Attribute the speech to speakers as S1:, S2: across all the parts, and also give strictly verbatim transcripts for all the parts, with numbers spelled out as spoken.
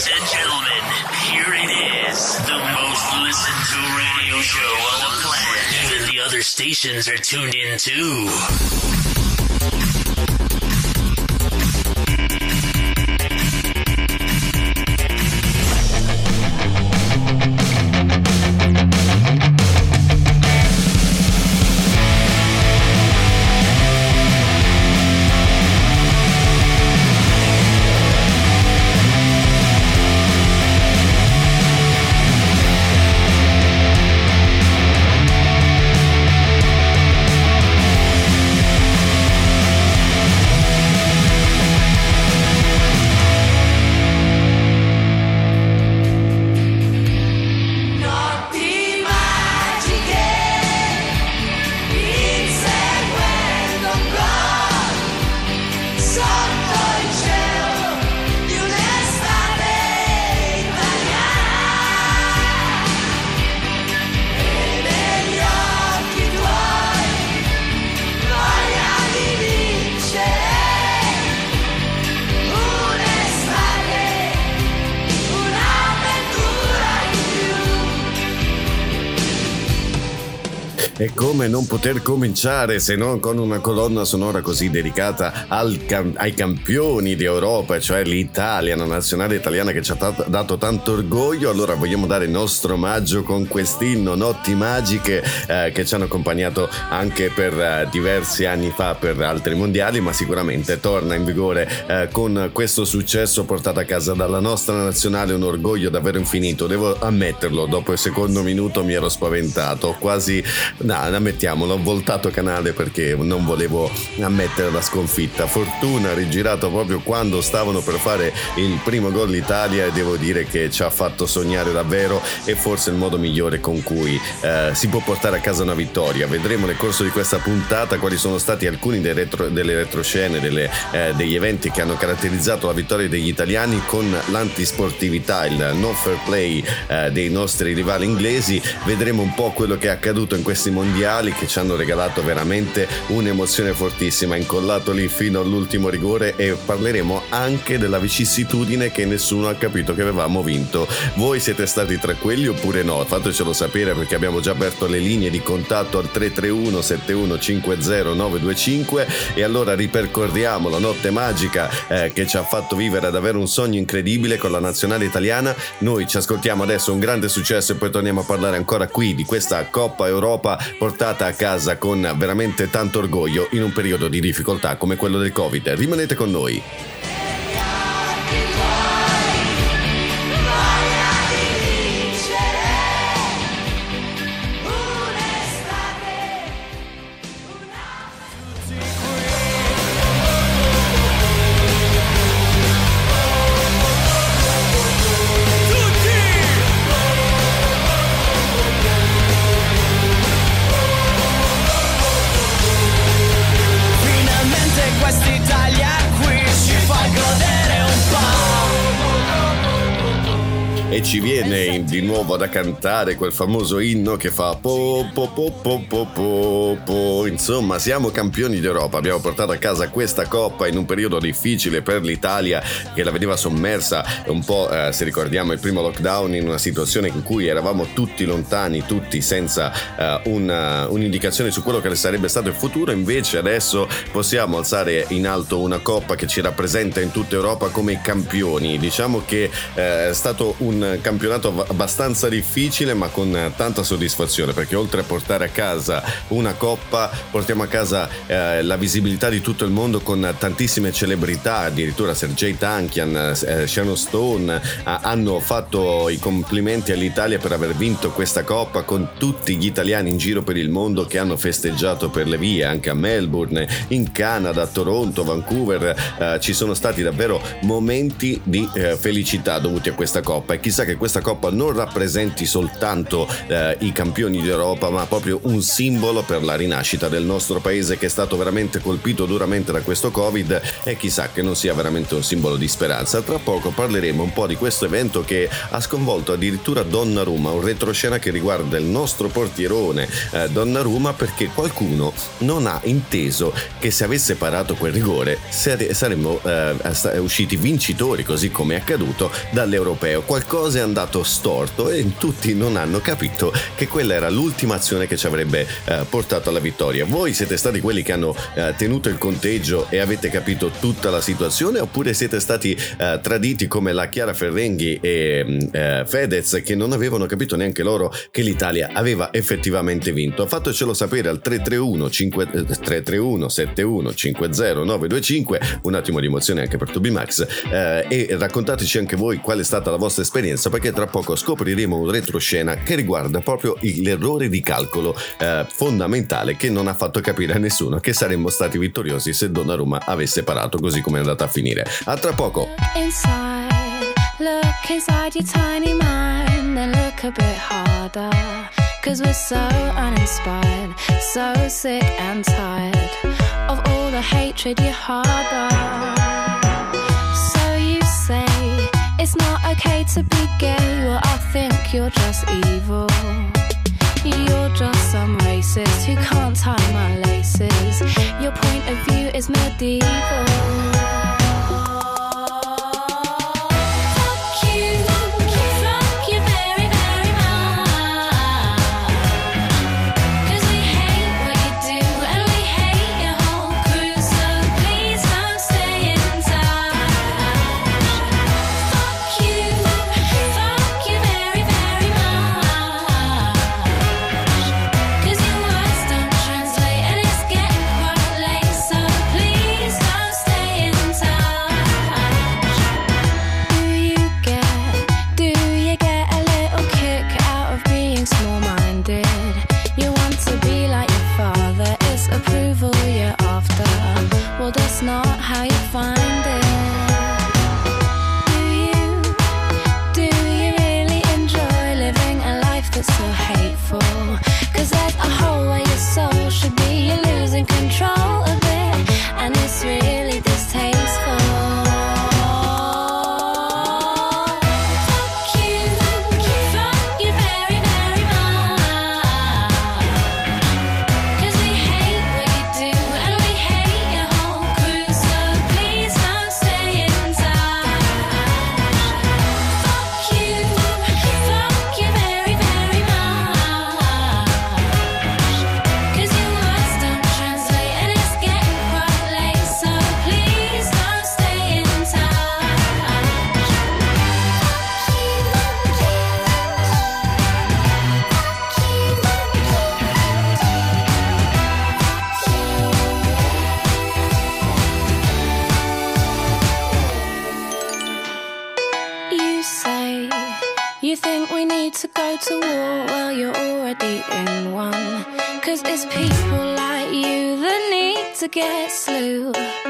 S1: Ladies and gentlemen, here it is, the most listened to radio show on the planet. Even the other stations are tuned in too.
S2: E come non poter cominciare se non con una colonna sonora così dedicata al cam- ai campioni d'Europa, cioè l'Italia, la nazionale italiana che ci ha t- dato tanto orgoglio. Allora vogliamo dare il nostro omaggio con quest'inno, Notti Magiche, eh, che ci hanno accompagnato anche per eh, diversi anni fa per altri mondiali, ma sicuramente torna in vigore eh, con questo successo portato a casa dalla nostra nazionale, un orgoglio davvero infinito. Devo ammetterlo, dopo il secondo minuto mi ero spaventato, quasi... No, ammettiamolo, ho voltato canale perché non volevo ammettere la sconfitta. Fortuna, rigirato proprio quando stavano per fare il primo gol l'Italia, e devo dire che ci ha fatto sognare davvero, e forse il modo migliore con cui eh, si può portare a casa una vittoria. Vedremo nel corso di questa puntata quali sono stati alcuni dei retro, delle retroscene, delle, eh, degli eventi che hanno caratterizzato la vittoria degli italiani, con l'antisportività, il non fair play eh, dei nostri rivali inglesi. Vedremo un po' quello che è accaduto in questi mondiali, che ci hanno regalato veramente un'emozione fortissima, incollato lì fino all'ultimo rigore, e parleremo anche della vicissitudine che nessuno ha capito che avevamo vinto. Voi siete stati tra quelli oppure no? Fatecelo sapere, perché abbiamo già aperto le linee di contatto al tre tre uno sette uno cinque zero nove due cinque, e allora ripercorriamo la notte magica eh, che ci ha fatto vivere davvero un sogno incredibile con la nazionale italiana. Noi ci ascoltiamo adesso un grande successo e poi torniamo a parlare ancora qui di questa Coppa Europa portata a casa con veramente tanto orgoglio in un periodo di difficoltà come quello del Covid. Rimanete con noi.
S3: Quest'Italia qui ci fa godere un po'.
S2: E ci viene di nuovo da cantare quel famoso inno che fa po po po po po po po. Insomma, siamo campioni d'Europa, abbiamo portato a casa questa coppa in un periodo difficile per l'Italia, che la vedeva sommersa un po', eh, se ricordiamo il primo lockdown, in una situazione in cui eravamo tutti lontani, tutti senza eh, una, un'indicazione su quello che sarebbe stato il futuro. Invece adesso possiamo alzare in alto una coppa che ci rappresenta in tutta Europa come campioni. Diciamo che eh, è stato un campionato abbastanza difficile, ma con tanta soddisfazione, perché oltre a portare a casa una coppa portiamo a casa eh, la visibilità di tutto il mondo, con tantissime celebrità, addirittura Sergej Tankian, eh, Sharon Stone eh, hanno fatto i complimenti all'Italia per aver vinto questa coppa, con tutti gli italiani in giro per il mondo che hanno festeggiato per le vie, anche a Melbourne, in Canada, a Toronto, Vancouver. Eh, ci sono stati davvero momenti di eh, felicità dovuti a questa coppa, e chissà chissà che questa Coppa non rappresenti soltanto eh, i campioni d'Europa, ma proprio un simbolo per la rinascita del nostro paese, che è stato veramente colpito duramente da questo Covid, e chissà che non sia veramente un simbolo di speranza. Tra poco parleremo un po' di questo evento che ha sconvolto addirittura Donnarumma, un retroscena che riguarda il nostro portierone eh, Donnarumma, perché qualcuno non ha inteso che se avesse parato quel rigore sare- saremmo eh, usciti vincitori, così come è accaduto dall'Europeo. Qualcosa è andato storto e tutti non hanno capito che quella era l'ultima azione che ci avrebbe eh, portato alla vittoria. Voi siete stati quelli che hanno eh, tenuto il conteggio e avete capito tutta la situazione, oppure siete stati eh, traditi come la Chiara Ferrenghi e eh, Fedez, che non avevano capito neanche loro che l'Italia aveva effettivamente vinto? Fatecelo sapere al tre tre uno sette uno cinque zero nove due cinque, un attimo di emozione anche per Toby Max, eh, e raccontateci anche voi qual è stata la vostra esperienza, perché tra poco scopriremo un retroscena che riguarda proprio l'errore di calcolo eh, fondamentale che non ha fatto capire a nessuno che saremmo stati vittoriosi se Donnarumma avesse parato così come è andata a finire. A tra poco.
S4: Inside, look inside your tiny mind and look a bit harder, 'cause we're so uninspired, so sick and tired of all the hatred you harbor. So you say it's not okay to be gay, well I think you're just evil. You're just some racist who can't tie my laces. Your point of view is medieval. Get slew.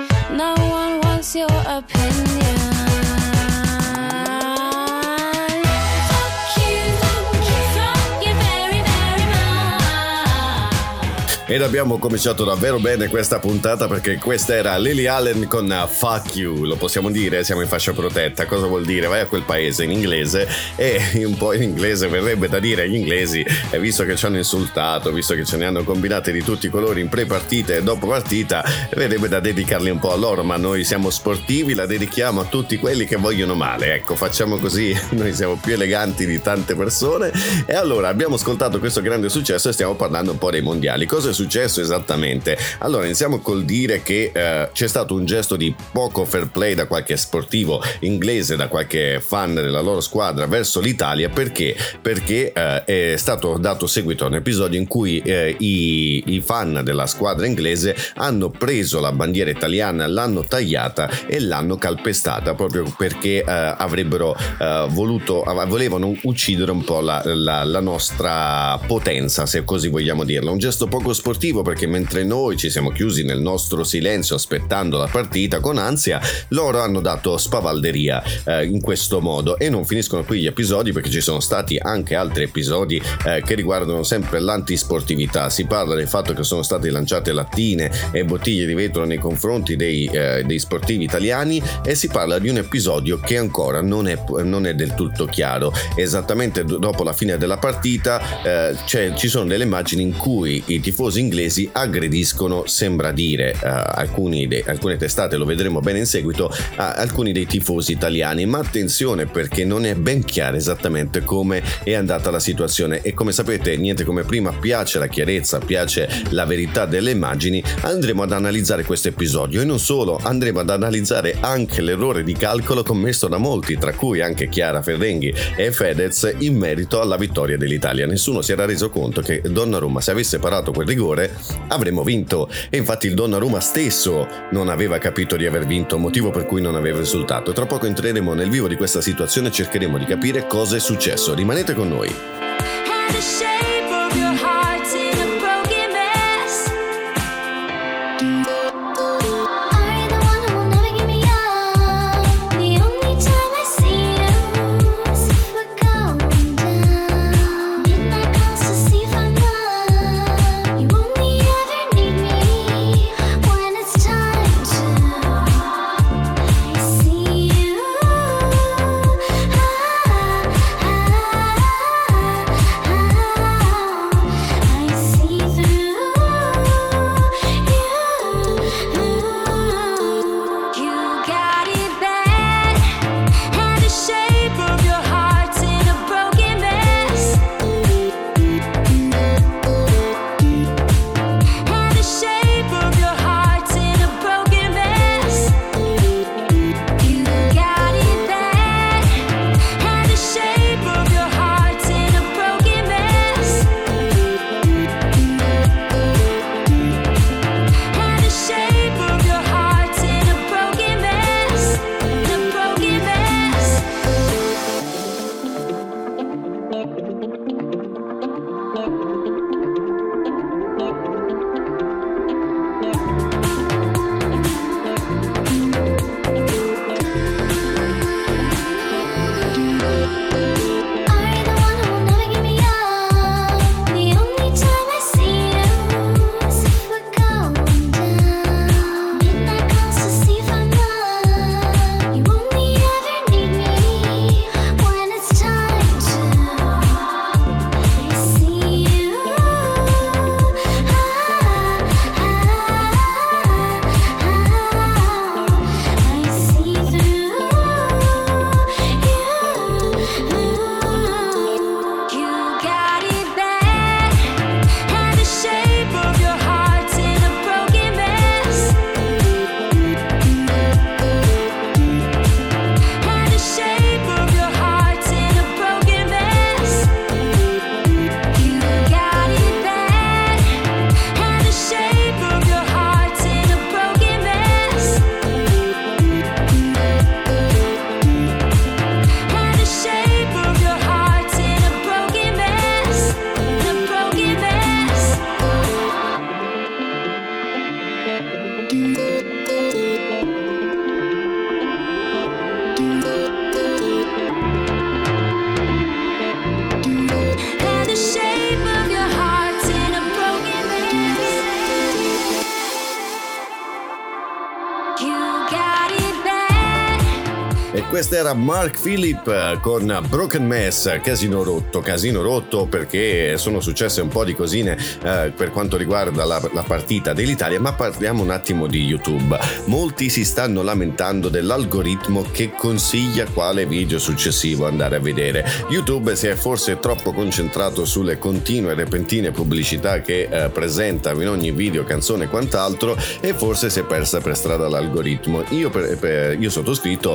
S4: No one wants your opinion. Fuck you, fuck you very, very much.
S2: Ed abbiamo cominciato davvero bene questa puntata, perché questa era Lily Allen con Fuck You. Lo possiamo dire? Siamo in fascia protetta. Cosa vuol dire? Vai a quel paese in inglese, e un po' in inglese verrebbe da dire agli inglesi, e visto che ci hanno insultato, visto che ce ne hanno combinate di tutti i colori in pre-partita e dopo partita, verrebbe da dedicarli un po' a loro, ma noi siamo sportivi, la dedichiamo a tutti quelli che vogliono male. Ecco, facciamo così, noi siamo più eleganti di tante persone. E allora abbiamo ascoltato questo grande successo e stiamo parlando un po' dei mondiali. Cosa è successo esattamente? Allora, iniziamo col dire che eh, c'è stato un gesto di poco fair play da qualche sportivo inglese, da qualche fan della loro squadra verso l'Italia. Perché? Perché eh, è stato dato seguito a un episodio in cui eh, i, i fan della squadra inglese hanno preso la bandiera italiana, l'hanno tagliata e l'hanno calpestata, proprio perché eh, avrebbero eh, voluto, volevano uccidere un po' la, la, la nostra potenza, se così vogliamo dirla. Un gesto poco sportivo, perché mentre noi ci siamo chiusi nel nostro silenzio aspettando la partita con ansia, loro hanno dato spavalderia eh, in questo modo. E non finiscono qui gli episodi, perché ci sono stati anche altri episodi eh, che riguardano sempre l'antisportività. Si parla del fatto che sono state lanciate lattine e bottiglie di vetro nei confronti dei, eh, dei sportivi italiani, e si parla di un episodio che ancora non è, non è del tutto chiaro. Esattamente dopo la fine della partita eh, c'è, ci sono delle immagini in cui i tifosi inglesi aggrediscono, sembra dire eh, alcuni de, alcune testate, lo vedremo bene in seguito, a alcuni dei tifosi italiani. Ma attenzione, perché non è ben chiaro esattamente come è andata la situazione, e come sapete niente come prima, piace la chiarezza, piace la verità delle immagini. Andremo ad analizzare questo episodio, e non solo, andremo ad analizzare anche l'errore di calcolo commesso da molti, tra cui anche Chiara Ferrenghi e Fedez, in merito alla vittoria dell'Italia. Nessuno si era reso conto che Donnarumma, se avesse parato quel rigore, avremmo vinto, e infatti il Donnarumma stesso non aveva capito di aver vinto, motivo per cui non aveva risultato. Tra poco entreremo nel vivo di questa situazione e cercheremo di capire cosa è successo. Rimanete con noi. Questa era Mark Phillip con Broken Mess, Casino Rotto. Casino rotto perché sono successe un po' di cosine eh, per quanto riguarda la, la partita dell'Italia, ma parliamo un attimo di YouTube. Molti si stanno lamentando dell'algoritmo che consiglia quale video successivo andare a vedere. YouTube si è forse troppo concentrato sulle continue e repentine pubblicità che eh, presenta in ogni video, canzone e quant'altro, e forse si è persa per strada l'algoritmo. Io, per, per, io sottoscritto effettivamente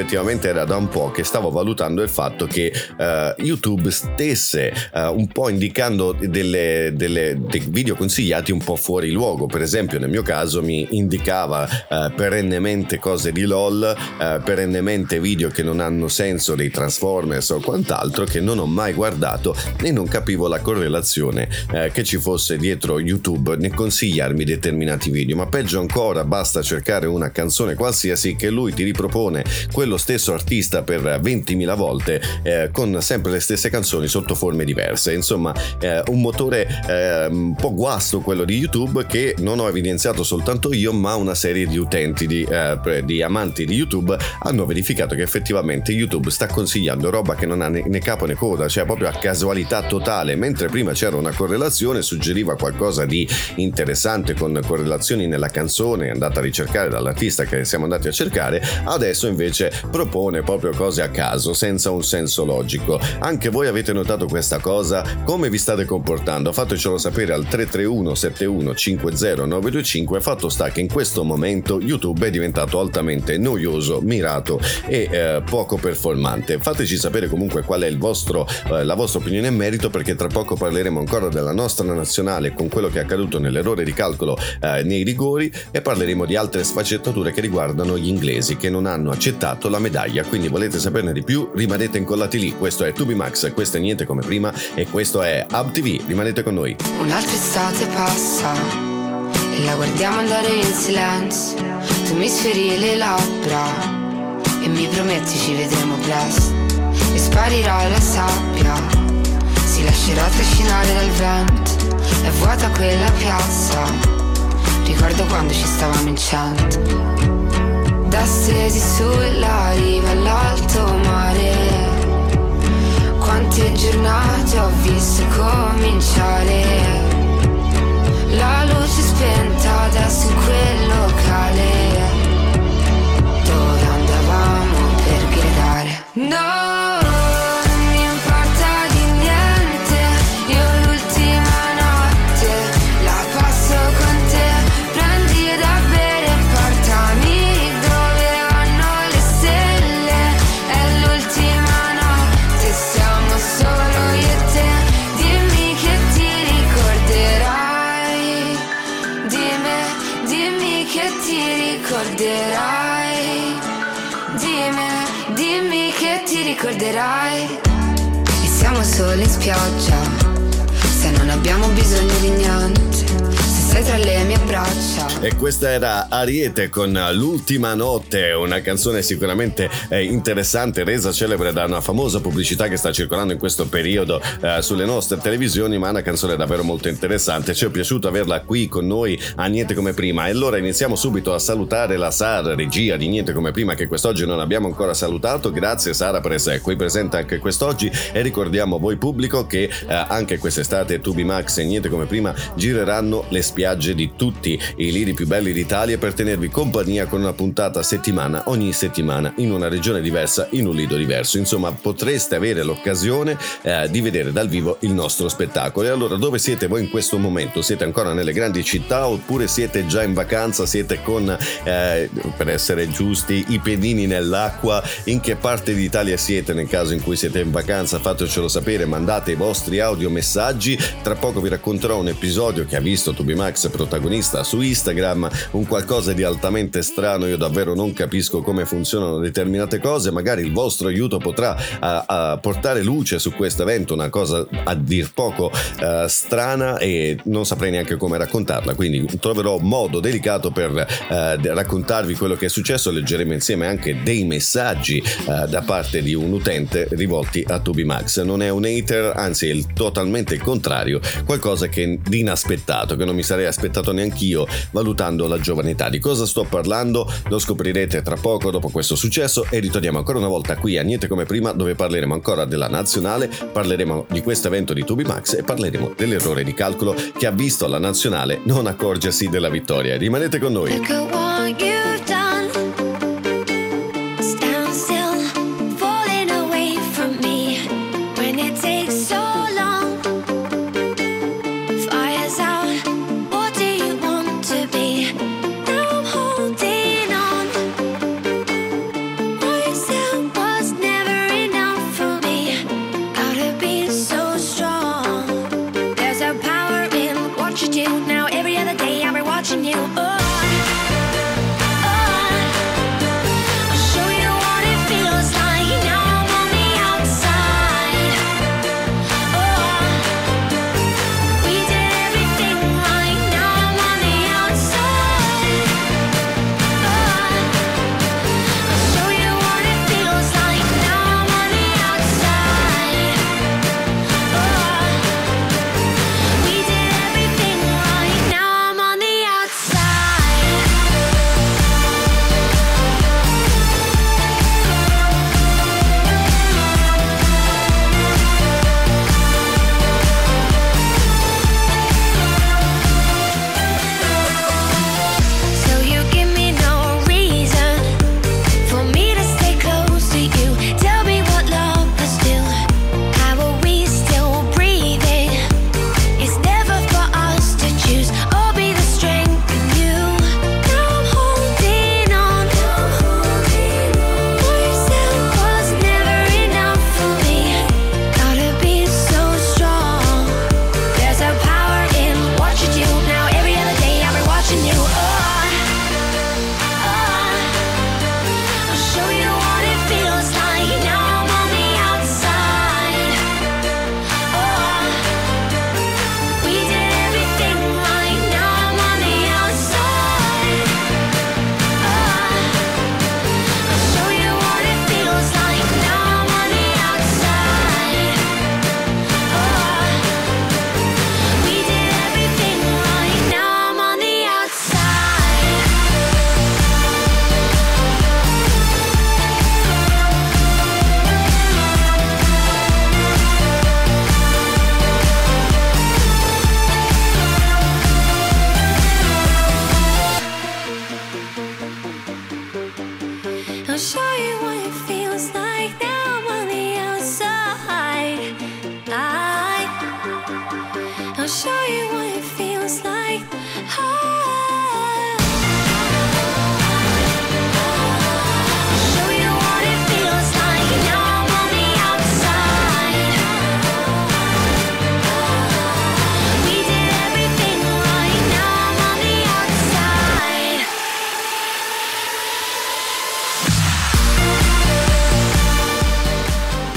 S2: effettivamente era da un po' che stavo valutando il fatto che uh, YouTube stesse uh, un po' indicando delle, delle, dei video consigliati un po' fuori luogo. Per esempio nel mio caso mi indicava uh, perennemente cose di LOL, uh, perennemente video che non hanno senso, dei Transformers o quant'altro, che non ho mai guardato e non capivo la correlazione uh, che ci fosse dietro YouTube nel consigliarmi determinati video. Ma peggio ancora, basta cercare una canzone qualsiasi che lui ti ripropone quello stesso artista per ventimila volte eh, con sempre le stesse canzoni sotto forme diverse. Insomma, eh, un motore eh, un po' guasto quello di YouTube, che non ho evidenziato soltanto io, ma una serie di utenti, di, eh, di amanti di YouTube hanno verificato che effettivamente YouTube sta consigliando roba che non ha né, né capo né coda, cioè proprio a casualità totale. Mentre prima c'era una correlazione, suggeriva qualcosa di interessante con correlazioni nella canzone andata a ricercare dall'artista che siamo andati a cercare, adesso invece propone proprio cose a caso senza un senso logico. Anche voi avete notato questa cosa? Come vi state comportando? Fatecelo sapere al tre tre uno sette uno cinque zero nove due cinque. Fatto sta che in questo momento YouTube è diventato altamente noioso, mirato e eh, poco performante. Fateci sapere comunque qual è il vostro, eh, la vostra opinione in merito, perché tra poco parleremo ancora della nostra nazionale con quello che è accaduto nell'errore di calcolo eh, nei rigori, e parleremo di altre sfaccettature che riguardano gli inglesi che non hanno accettato la medaglia. Quindi volete saperne di più? Rimanete incollati lì. Questo è Tubi Max, questo è Niente Come Prima e questo è Hub T V. Rimanete con noi.
S5: Un'altra estate passa e la guardiamo andare in silenzio. Tu mi sferi le labbra e mi prometti ci vedremo presto. E sparirà la sabbia, si lascerà trascinare dal vento. È vuota quella piazza, ricordo quando ci stavamo in cento. Da stesi sulla riva all'alto mare, quante giornate ho visto cominciare. La luce spenta adesso in quel locale dove andavamo per gridare. No! Dimmi, dimmi che ti ricorderai. E siamo solo in spiaggia, se non abbiamo bisogno di niente, se sei tra le mie braccia.
S2: E questa era Ariete con L'ultima notte, una canzone sicuramente eh, interessante, resa celebre da una famosa pubblicità che sta circolando in questo periodo eh, sulle nostre televisioni, ma una canzone davvero molto interessante. Ci è piaciuto averla qui con noi a Niente Come Prima. E allora iniziamo subito a salutare la Sara, regia di Niente Come Prima, che quest'oggi non abbiamo ancora salutato. Grazie Sara per essere qui presente anche quest'oggi, e ricordiamo a voi pubblico che eh, anche quest'estate Tubi Max e Niente Come Prima gireranno le spiagge di tutti i lidi più belli d'Italia per tenervi compagnia con una puntata a settimana, ogni settimana in una regione diversa, in un lido diverso. Insomma, potreste avere l'occasione eh, di vedere dal vivo il nostro spettacolo. E allora, dove siete voi in questo momento? Siete ancora nelle grandi città oppure siete già in vacanza? Siete con, eh, per essere giusti, i pedini nell'acqua? In che parte d'Italia siete nel caso in cui siete in vacanza? Fatecelo sapere, mandate i vostri audio messaggi. Tra poco vi racconterò un episodio che ha visto Tubi Max protagonista su Instagram, un qualcosa di altamente strano. Io davvero non capisco come funzionano determinate cose. Magari il vostro aiuto potrà a, a portare luce su questo evento, una cosa a dir poco uh, strana, e non saprei neanche come raccontarla, quindi troverò modo delicato per uh, raccontarvi quello che è successo. Leggeremo insieme anche dei messaggi uh, da parte di un utente rivolti a Tubi Max. Non è un hater, anzi è il, totalmente il contrario, qualcosa che di inaspettato, che non mi sarei aspettato neanch'io valutando la giovane età. Di cosa sto parlando? Lo scoprirete tra poco dopo questo successo, e ritorniamo ancora una volta qui a Niente Come Prima, dove parleremo ancora della nazionale, parleremo di questo evento di Tubi Max e parleremo dell'errore di calcolo che ha visto la nazionale non accorgersi della vittoria. Rimanete con noi.
S4: Say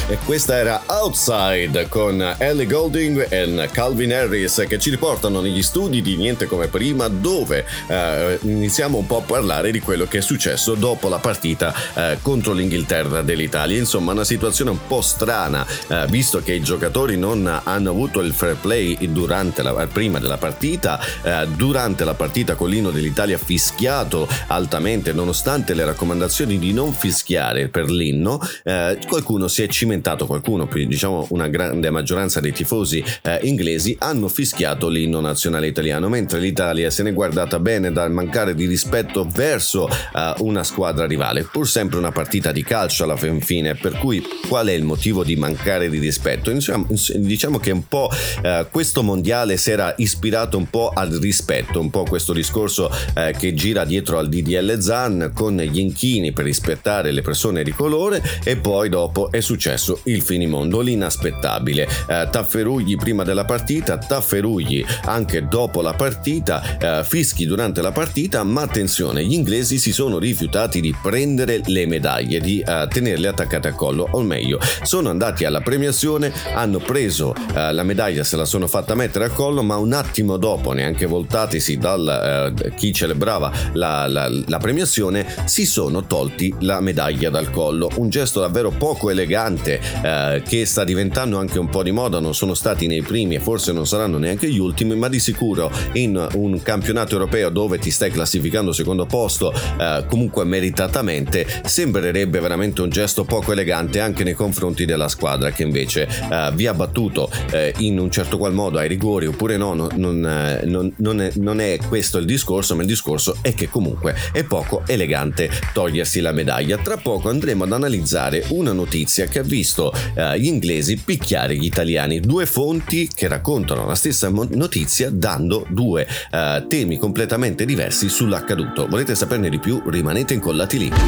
S2: E questa era Outside con Ellie Goulding e Calvin Harris, che ci riportano negli studi di Niente Come Prima, dove eh, iniziamo un po' a parlare di quello che è successo dopo la partita eh, contro l'Inghilterra dell'Italia. Insomma, una situazione un po' strana, eh, visto che i giocatori non hanno avuto il fair play durante la, prima della partita, eh, durante la partita con l'inno dell'Italia fischiato altamente, nonostante le raccomandazioni di non fischiare per l'inno, eh, qualcuno si è cimentato qualcuno, diciamo una grande maggioranza dei tifosi eh, inglesi hanno fischiato l'inno nazionale italiano, mentre l'Italia se n'è guardata bene dal mancare di rispetto verso eh, una squadra rivale. Pur sempre una partita di calcio alla fin fine, per cui qual è il motivo di mancare di rispetto? Diciamo, diciamo che un po' eh, questo mondiale si era ispirato un po' al rispetto, un po' questo discorso eh, che gira dietro al D D L Zan, con gli inchini per rispettare le persone di colore, e poi dopo è successo il finimondo, l'inaspettabile. eh, tafferugli prima della partita, tafferugli anche dopo la partita, eh, fischi durante la partita, ma attenzione, gli inglesi si sono rifiutati di prendere le medaglie, di eh, tenerle attaccate al collo, o meglio sono andati alla premiazione, hanno preso eh, la medaglia, se la sono fatta mettere al collo, ma un attimo dopo, neanche voltatisi dal eh, chi celebrava la, la, la premiazione, si sono tolti la medaglia dal collo. Un gesto davvero poco elegante, Eh, che sta diventando anche un po' di moda. Non sono stati nei primi e forse non saranno neanche gli ultimi, ma di sicuro in un campionato europeo dove ti stai classificando secondo posto, eh, comunque meritatamente, sembrerebbe veramente un gesto poco elegante anche nei confronti della squadra che invece eh, vi ha battuto eh, in un certo qual modo ai rigori, oppure no, non, non, non, non, è, non è questo il discorso, ma il discorso è che comunque è poco elegante togliersi la medaglia. Tra poco andremo ad analizzare una notizia che ha visto Uh, gli inglesi picchiare gli italiani, due fonti che raccontano la stessa mo- notizia dando due uh, temi completamente diversi sull'accaduto. Volete saperne di più? Rimanete incollati lì.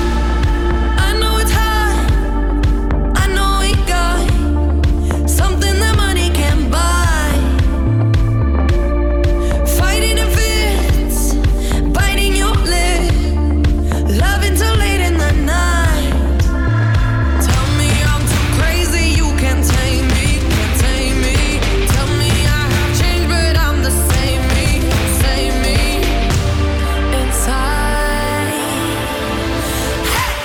S4: Inside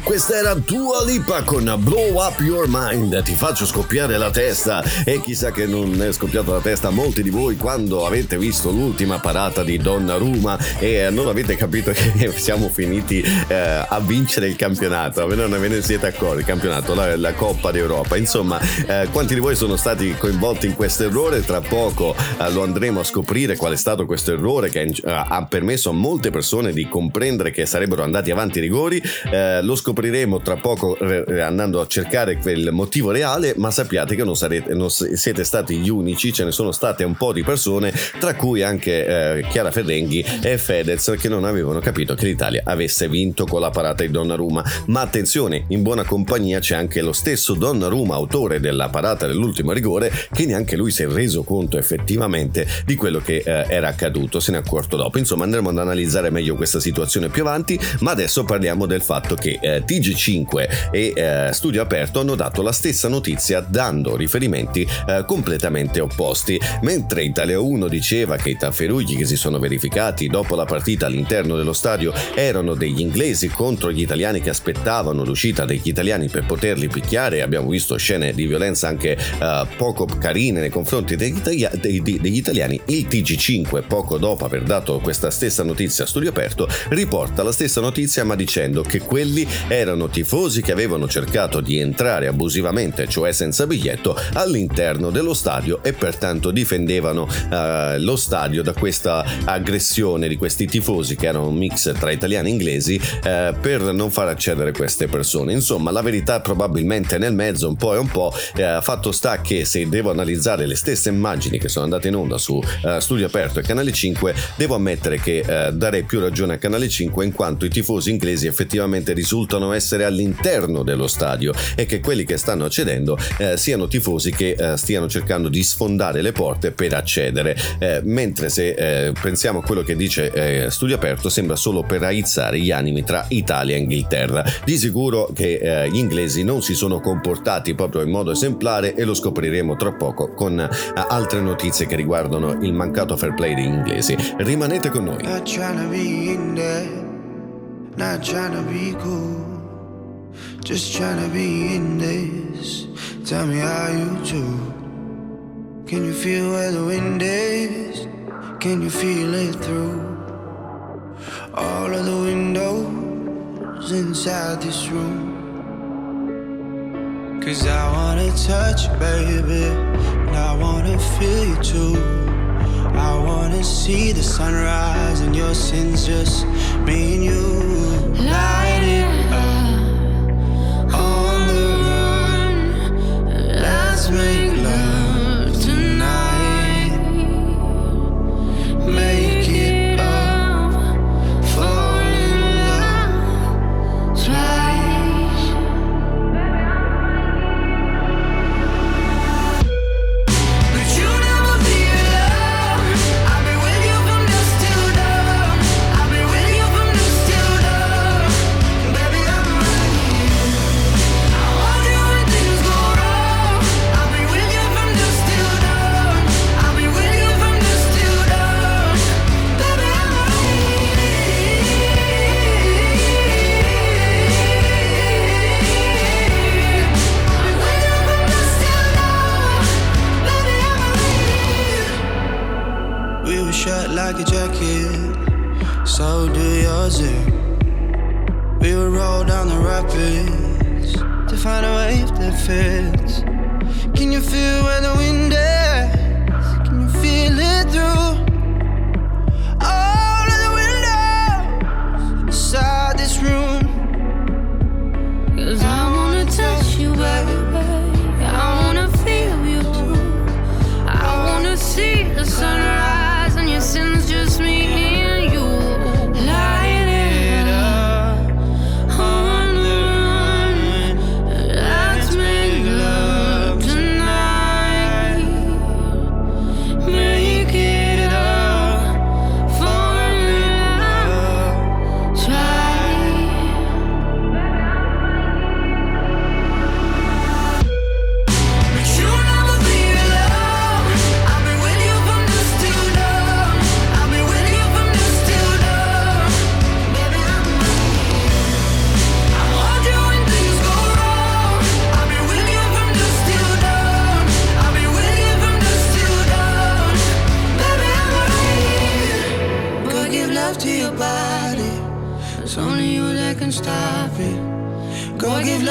S2: Questa era Dua Lipa con Blow Up Your Mind, ti faccio scoppiare la testa. E chissà che non è scoppiata la testa a molti di voi quando avete visto l'ultima parata di Donnarumma e non avete capito che siamo finiti eh, a vincere il campionato. Non ve ne siete accorti, il campionato, la, la Coppa d'Europa. Insomma, eh, quanti di voi sono stati coinvolti in questo errore? Tra poco eh, lo andremo a scoprire qual è stato questo errore che eh, ha permesso a molte persone di comprendere che sarebbero andati avanti i rigori. Eh, lo scopriremo tra poco eh, andando a cercare quel motivo reale, ma sappiate che non, sarete, non siete stati gli unici, ce ne sono state un po' di persone, tra cui anche eh, Chiara Ferrenghi e Fedez, che non avevano capito che l'Italia avesse vinto con la parata di Donnarumma. Ma attenzione, in buona compagnia c'è anche lo stesso Donnarumma, autore della parata dell'ultimo rigore, che neanche lui si è reso conto effettivamente di quello che eh, era accaduto, se ne è accorto dopo. Insomma, andremo ad analizzare meglio questa situazione più avanti, ma adesso parliamo del fatto che eh, T G cinque e eh, Studio Aperto hanno dato la stessa notizia dando riferimenti eh, completamente opposti. Mentre Italia uno diceva che i tafferugli che si sono verificati dopo la partita all'interno dello stadio erano degli inglesi contro gli italiani che aspettavano l'uscita degli italiani per poterli picchiare, abbiamo visto scene di violenza anche eh, poco carine nei confronti degli, italia- dei, degli italiani, il T G cinque, poco dopo aver dato questa stessa notizia a Studio Aperto, riporta la stessa notizia ma dicendo che quelli erano tifosi che avevano cercato di entrare abusivamente, cioè senza biglietto, all'interno dello stadio e pertanto difendevano uh, lo stadio da questa aggressione di questi tifosi che erano un mix tra italiani e inglesi uh, per non far accedere queste persone. Insomma, la verità probabilmente nel mezzo un po' e un po'. Uh, fatto sta che se devo analizzare le stesse immagini che sono andate in onda su uh, Studio Aperto e Canale cinque, devo ammettere che uh, darei più ragione a Canale cinque, in quanto i tifosi inglesi effettivamente risultano essere all'interno dello stadio e che quelli che stanno accedendo eh, siano tifosi che eh, stiano cercando di sfondare le porte per accedere, eh, mentre se eh, pensiamo a quello che dice eh, Studio Aperto sembra solo per aizzare gli animi tra Italia e Inghilterra. Di sicuro che eh, gli inglesi non si sono comportati proprio in modo esemplare e lo scopriremo tra poco con eh, altre notizie che riguardano il mancato fair play degli inglesi. Rimanete con noi.
S6: Not trying to be cool, just trying to be in this. Tell me how you do. Can you feel where the wind is? Can you feel it through all of the windows inside this room? 'Cause I wanna touch you, baby, and I wanna feel you too. I wanna see the sunrise and your sins, just me and you. Light it up on the run. Let's make love tonight. Make it up, fall in love twice. But you never be alone. I'll be with you from dusk till dawn. I'll be with you from dusk till dawn. Baby, I'm right here. I want you when things go wrong. I'll be with you from dusk till dawn. I'll be with you from dusk till dawn. Baby, I'm right here. I'll be with you from dusk till dawn. Baby, I'm right here. We were shut like a jacket, so do yours. Zip. We would roll down the rapids to find a wave that fits. Can you feel where the wind is? Can you feel it through all of the windows inside this room?
S4: 'Cause I wanna touch you, baby. I wanna feel you too. I wanna see the sunrise and your sins, just me and you. Light it up on the run. Let's make love tonight.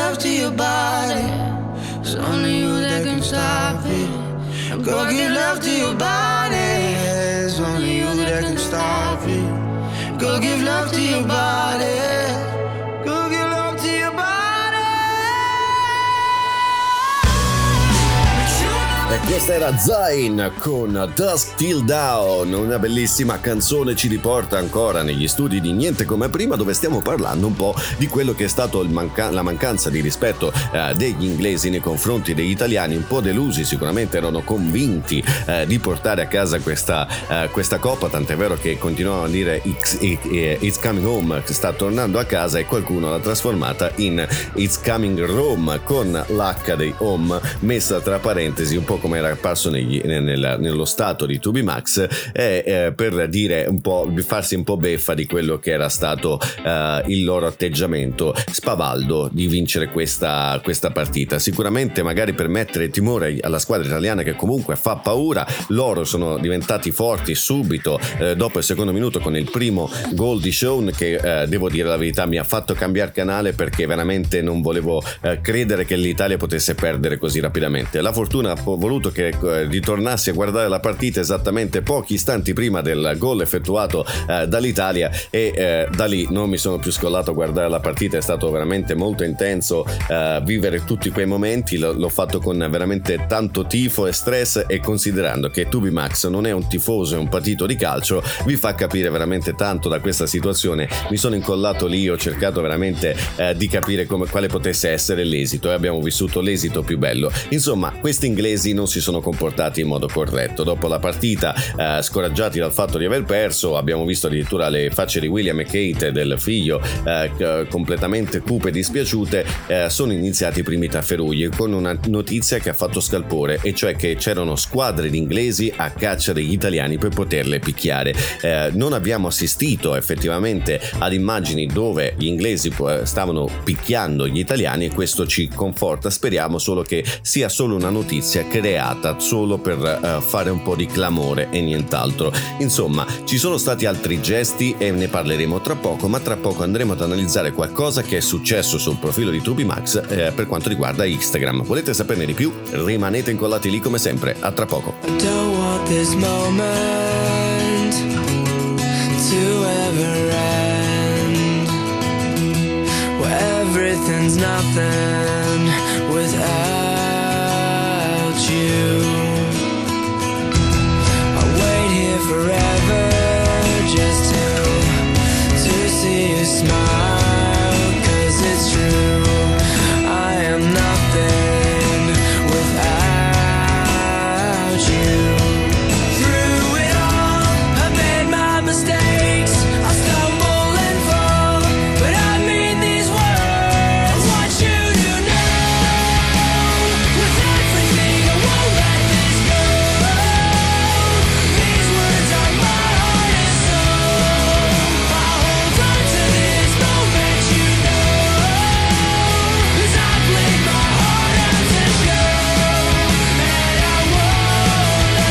S3: love to your body. It's only you that can stop it. Go give love to your body. It's only you that can stop it. Go give love to your body. Go give love to your body.
S2: E questa era Zayn con Dusk Till Dawn, una bellissima canzone, ci riporta ancora negli studi di Niente Come Prima, dove stiamo parlando un po' di quello che è stato il manca- la mancanza di rispetto eh, degli inglesi nei confronti degli italiani, un po' delusi, sicuramente erano convinti eh, di portare a casa questa, eh, questa coppa, tant'è vero che continuavano a dire it's, it's coming home, sta tornando a casa, e qualcuno l'ha trasformata in It's coming Rome, con l'H dei home messa tra parentesi, un po' come era apparso negli, nel, nello stato di Tubi Max, eh, eh, per dire un po', farsi un po' beffa di quello che era stato eh, il loro atteggiamento spavaldo di vincere questa, questa partita. Sicuramente magari per mettere timore alla squadra italiana, che comunque fa paura, loro sono diventati forti subito eh, dopo il secondo minuto con il primo gol di Shaun, che eh, devo dire la verità mi ha fatto cambiare canale, perché veramente non volevo eh, credere che l'Italia potesse perdere così rapidamente. La fortuna ha voluto che eh, ritornassi a guardare la partita esattamente pochi istanti prima del gol effettuato eh, dall'Italia, e eh, da lì non mi sono più scollato a guardare la partita. È stato veramente molto intenso eh, vivere tutti quei momenti, L- l'ho fatto con veramente tanto tifo e stress, e considerando che Tubi Max non è un tifoso e un patito di calcio, vi fa capire veramente tanto da questa situazione. Mi sono incollato lì, ho cercato veramente eh, di capire come, quale potesse essere l'esito, e abbiamo vissuto l'esito più bello. Insomma, questi inglesi non si sono comportati in modo corretto. Dopo la partita, eh, scoraggiati dal fatto di aver perso, abbiamo visto addirittura le facce di William e Kate, del figlio, eh, completamente cupe e dispiaciute. Eh, sono iniziati i primi tafferugli, con una notizia che ha fatto scalpore, e cioè che c'erano squadre di inglesi a caccia degli italiani per poterle picchiare. Eh, non abbiamo assistito effettivamente ad immagini dove gli inglesi stavano picchiando gli italiani, e questo ci conforta. Speriamo solo che sia solo una notizia creata solo per uh, fare un po' di clamore e nient'altro. Insomma, ci sono stati altri gesti e ne parleremo tra poco, ma tra poco andremo ad analizzare qualcosa che è successo sul profilo di Tubi Max eh, per quanto riguarda Instagram. Volete saperne di più? Rimanete incollati lì come sempre. A tra poco.
S3: I don't want this moment to ever end, where everything's nothing without you. I'll wait here forever just to, to see you smile, 'cause it's true, I am nothing without you. Through it all, I made my mistakes, I stumble and fall, but I mean these words, I want you to know, with everything I won't let this go. These words are my heart and soul, I'll hold on to this moment, you know, 'cause I played my heart out to show, and I won't let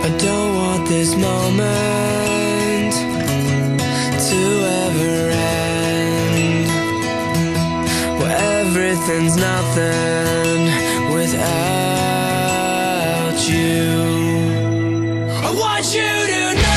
S3: I don't want this moment to ever end, where everything's nothing without you. I want you to know.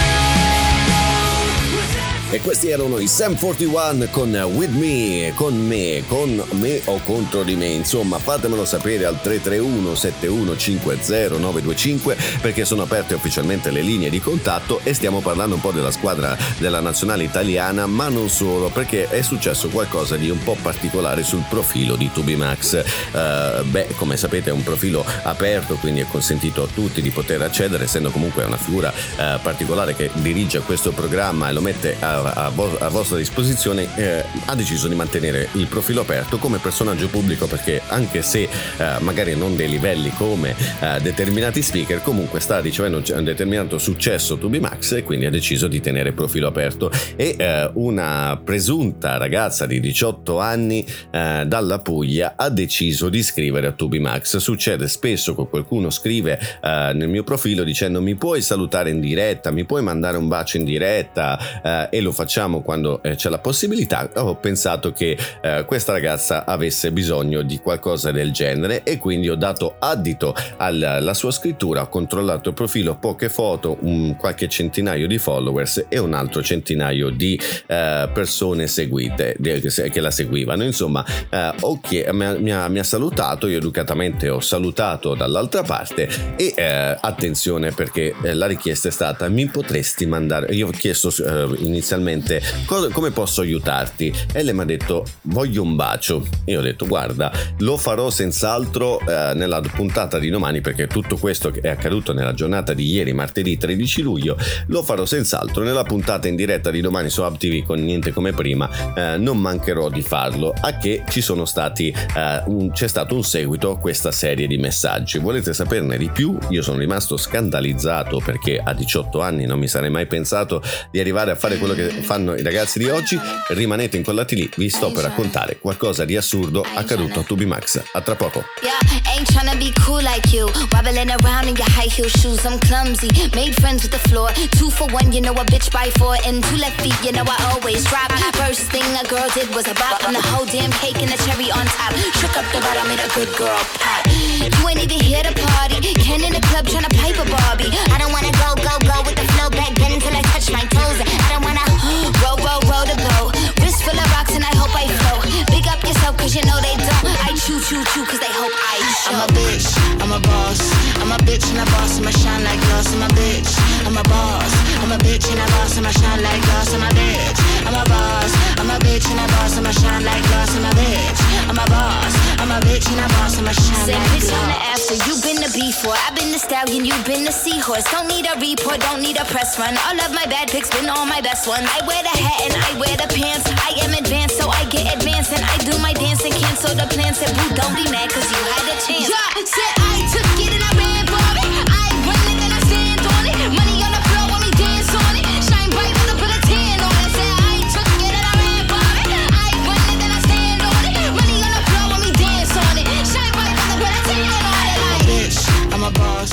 S2: E questi erano i Sum quarantuno con With Me, con me, con me o contro di me, insomma fatemelo sapere al tre tre uno sette uno cinque zero nove due cinque, perché sono aperte ufficialmente le linee di contatto e stiamo parlando un po' della squadra della nazionale italiana, ma non solo, perché è successo qualcosa di un po' particolare sul profilo di due B Max. Uh, beh, come sapete è un profilo aperto, quindi è consentito a tutti di poter accedere, essendo comunque una figura uh, particolare che dirige questo programma e lo mette a A, vo- a vostra disposizione. Eh, ha deciso di mantenere il profilo aperto come personaggio pubblico, perché anche se eh, magari non dei livelli come eh, determinati speaker, comunque sta ricevendo un determinato successo due B Max e quindi ha deciso di tenere profilo aperto. E eh, una presunta ragazza di diciotto anni eh, dalla Puglia ha deciso di scrivere a due B Max. Succede spesso che qualcuno scrive eh, nel mio profilo dicendo mi puoi salutare in diretta, mi puoi mandare un bacio in diretta, eh, e lo facciamo quando eh, c'è la possibilità. Ho pensato che eh, questa ragazza avesse bisogno di qualcosa del genere e quindi ho dato addito alla, alla sua scrittura, ho controllato il profilo, poche foto, un, qualche centinaio di followers e un altro centinaio di eh, persone seguite de, che la seguivano, insomma. eh, ok, mi ha, mi, ha, mi ha salutato, io educatamente ho salutato dall'altra parte e eh, attenzione, perché eh, la richiesta è stata mi potresti mandare, io ho chiesto eh, inizialmente cosa, come posso aiutarti, e lei mi ha detto voglio un bacio. Io ho detto guarda, lo farò senz'altro eh, nella puntata di domani, perché tutto questo è accaduto nella giornata di ieri, martedì tredici luglio, lo farò senz'altro nella puntata in diretta di domani su Hub T V con Niente Come Prima. eh, non mancherò di farlo, a che ci sono stati eh, un, c'è stato un seguito a questa serie di messaggi. Volete saperne di più? Io sono rimasto scandalizzato, perché a diciotto anni non mi sarei mai pensato di arrivare a fare quello che fanno i ragazzi di oggi. Rimanete incollati lì, vi sto per raccontare qualcosa di assurdo accaduto a due B Max. A tra poco.
S7: Yeah, ain't tryna be cool like you. Wobbling around in your high heel shoes, I'm clumsy. Made friends with the floor. Two for one, you know a bitch by four. And two left feet, you know I always drop. First thing a girl did was a bop. And the whole damn cake and the cherry on top. Shook up the bottom, made a good girl pop. You ain't even here to party. Ken in the club tryna pipe a Barbie. I don't wanna go, go, go with the flow back then until I touch my toes. I don't wanna roll, roll, roll the boat. Wrist full of rocks and I hope I float. Big up yourself cause you know they don't. I chew, chew, chew cause they hope I show. I'm a bitch, I'm a boss. I'm a bitch and a boss, I'ma shine like glass. I'm a bitch, I'm a boss. I'm a bitch and a boss, I'ma shine like glass. I'm a bitch, I'm a boss. I'm a bitch and a boss, I'ma shine like glass. I'm a bitch, I'm a boss. I'm a bitch and a boss, I'ma shine like glass. Bitch on the after, you been the B four. I've been the stallion, you been the seahorse. Don't need a report, don't need a press run. All of my bad pics been all my best ones. I wear the hat and I wear the pants. I am advanced, so I get advanced. And I do my dance and cancel the plans. Said boo, don't be mad cause you had a chance. Yeah, said I took it and I ran for it. I run it and I stand on it. Money on the floor when we dance on it. Shine bright when I put a tan on it. Said I took it and I ran for it. I run it and I stand on it. Money on the floor when we dance on it. Shine bright when I put a tan on it. I'm a bitch, I'm a boss.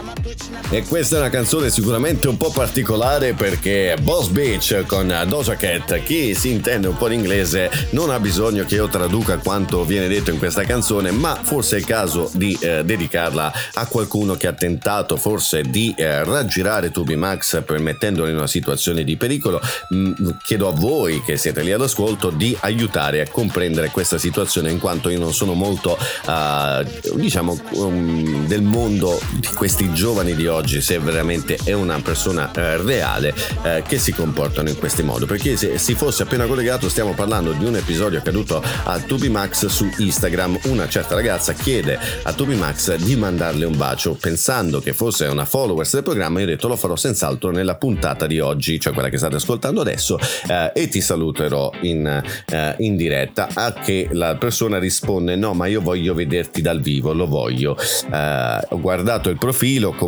S2: E questa è una canzone sicuramente un po' particolare, perché Boss Bitch con Doja Cat, chi si intende un po' in inglese non ha bisogno che io traduca quanto viene detto in questa canzone, ma forse è il caso di eh, dedicarla a qualcuno che ha tentato forse di eh, raggirare due B Max mettendolo in una situazione di pericolo. Mm, chiedo a voi che siete lì all'ascolto di aiutare a comprendere questa situazione, in quanto io non sono molto uh, diciamo um, del mondo di questi giovani di oggi, se veramente è una persona eh, reale eh, che si comportano in questo modo, perché se si fosse appena collegato stiamo parlando di un episodio accaduto a due B Max su Instagram. Una certa ragazza chiede a due B Max di mandarle un bacio pensando che fosse una followers del programma. Io ho detto lo farò senz'altro nella puntata di oggi, cioè quella che state ascoltando adesso, eh, e ti saluterò in, eh, in diretta. A che la persona risponde no, ma io voglio vederti dal vivo, lo voglio. Eh, ho guardato il profilo, com-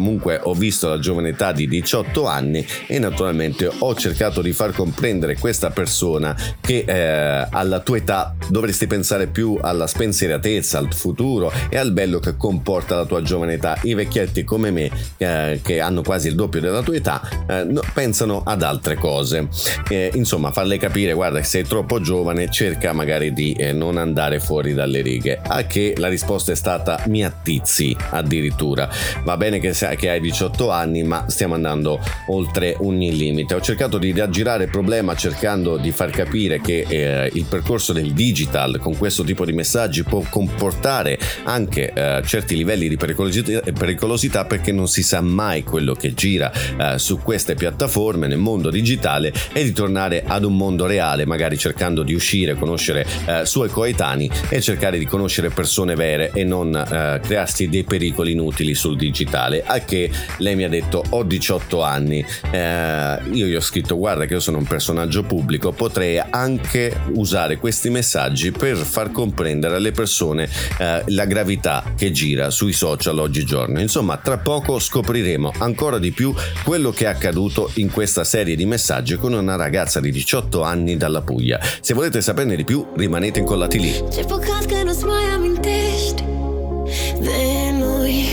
S2: comunque ho visto la giovane età di diciotto anni e naturalmente ho cercato di far comprendere questa persona che eh, alla tua età dovresti pensare più alla spensieratezza, al futuro e al bello che comporta la tua giovane età. I vecchietti come me eh, che hanno quasi il doppio della tua età eh, no, pensano ad altre cose. Eh, insomma, farle capire: guarda, che sei troppo giovane, cerca magari di eh, non andare fuori dalle righe. A che la risposta è stata: mi attizzi addirittura. Va bene che, sai, che hai diciotto anni, ma stiamo andando oltre ogni limite. Ho cercato di raggirare il problema cercando di far capire che eh, il percorso del digital con questo tipo di messaggi può comportare anche eh, certi livelli di pericolosità, pericolosità perché non si sa mai quello che gira eh, su queste piattaforme nel mondo digitale, e di tornare ad un mondo reale, magari cercando di uscire, conoscere eh, suoi coetanei e cercare di conoscere persone vere e non eh, crearsi dei pericoli inutili sul digitale. A che lei mi ha detto: ho diciotto anni. Eh, io gli ho scritto: guarda che io sono un personaggio pubblico, potrei anche usare questi messaggi per far comprendere alle persone eh, la gravità che gira sui social oggigiorno. Insomma, tra poco scopriremo ancora di più quello che è accaduto in questa serie di messaggi con una ragazza di diciotto anni dalla Puglia. Se volete saperne di piu, rimanete incollati lì.
S8: Ce păcat că nu-ți mai amintești de noi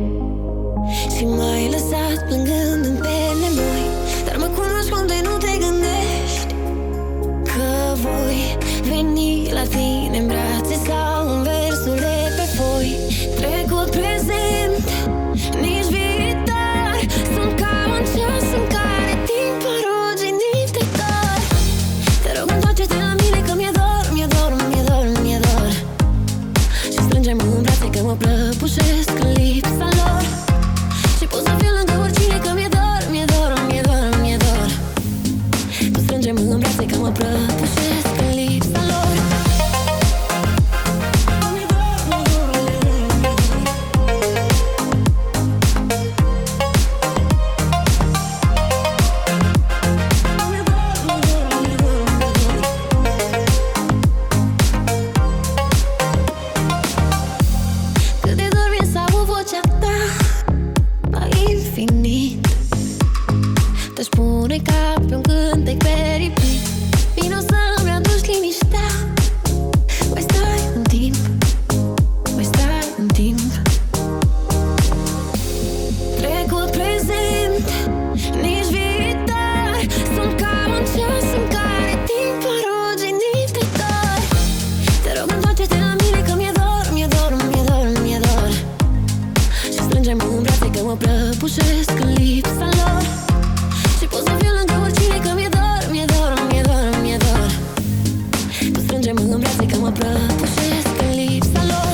S8: și m-ai lăsat plângând-mi pe nemoi. Dar mă cunoști cum de nu te gândești că voi veni la tine în brațe sau în versul de pe foi. Trecut, prezent, nici viitor. Sunt ca un ceas în care timp a ruginit de dor. Te rog, întoarce-te la mine că mi-e dor, mi-e dor, mi-e dor, mi-e dor. Și strângem în brațe că mă prăbușesc în lipsa lor. Și pot să fiu lângă oricine că mi-e dor, mi-e dor, mi-e dor, mi-e dor. Tu strângem în brațe că mă prăbușesc în lipsa lor. Cât de dor mi-e să aud vocea ta la infinit. Te spune ca pe un cântec periplit. Vino să-mi aduci liniștea. Mai stai un timp, mai stai un timp. Trecut, prezent, nici viitor. Sunt ca un ceas în care timp a ruginit de dor. Te rog, întoarce-te la mine că mi-e dor, mi-e dor, mi-e dor, mi-e dor. Și strângem în brațe că mă prăbușesc în lipsa lor. Și pot să fiu lângă oricine că mi-e dor, mi-e dor, mi-e dor, mi-e dor. Tu strângem în brațe că mă prăbușesc în lipsa lor.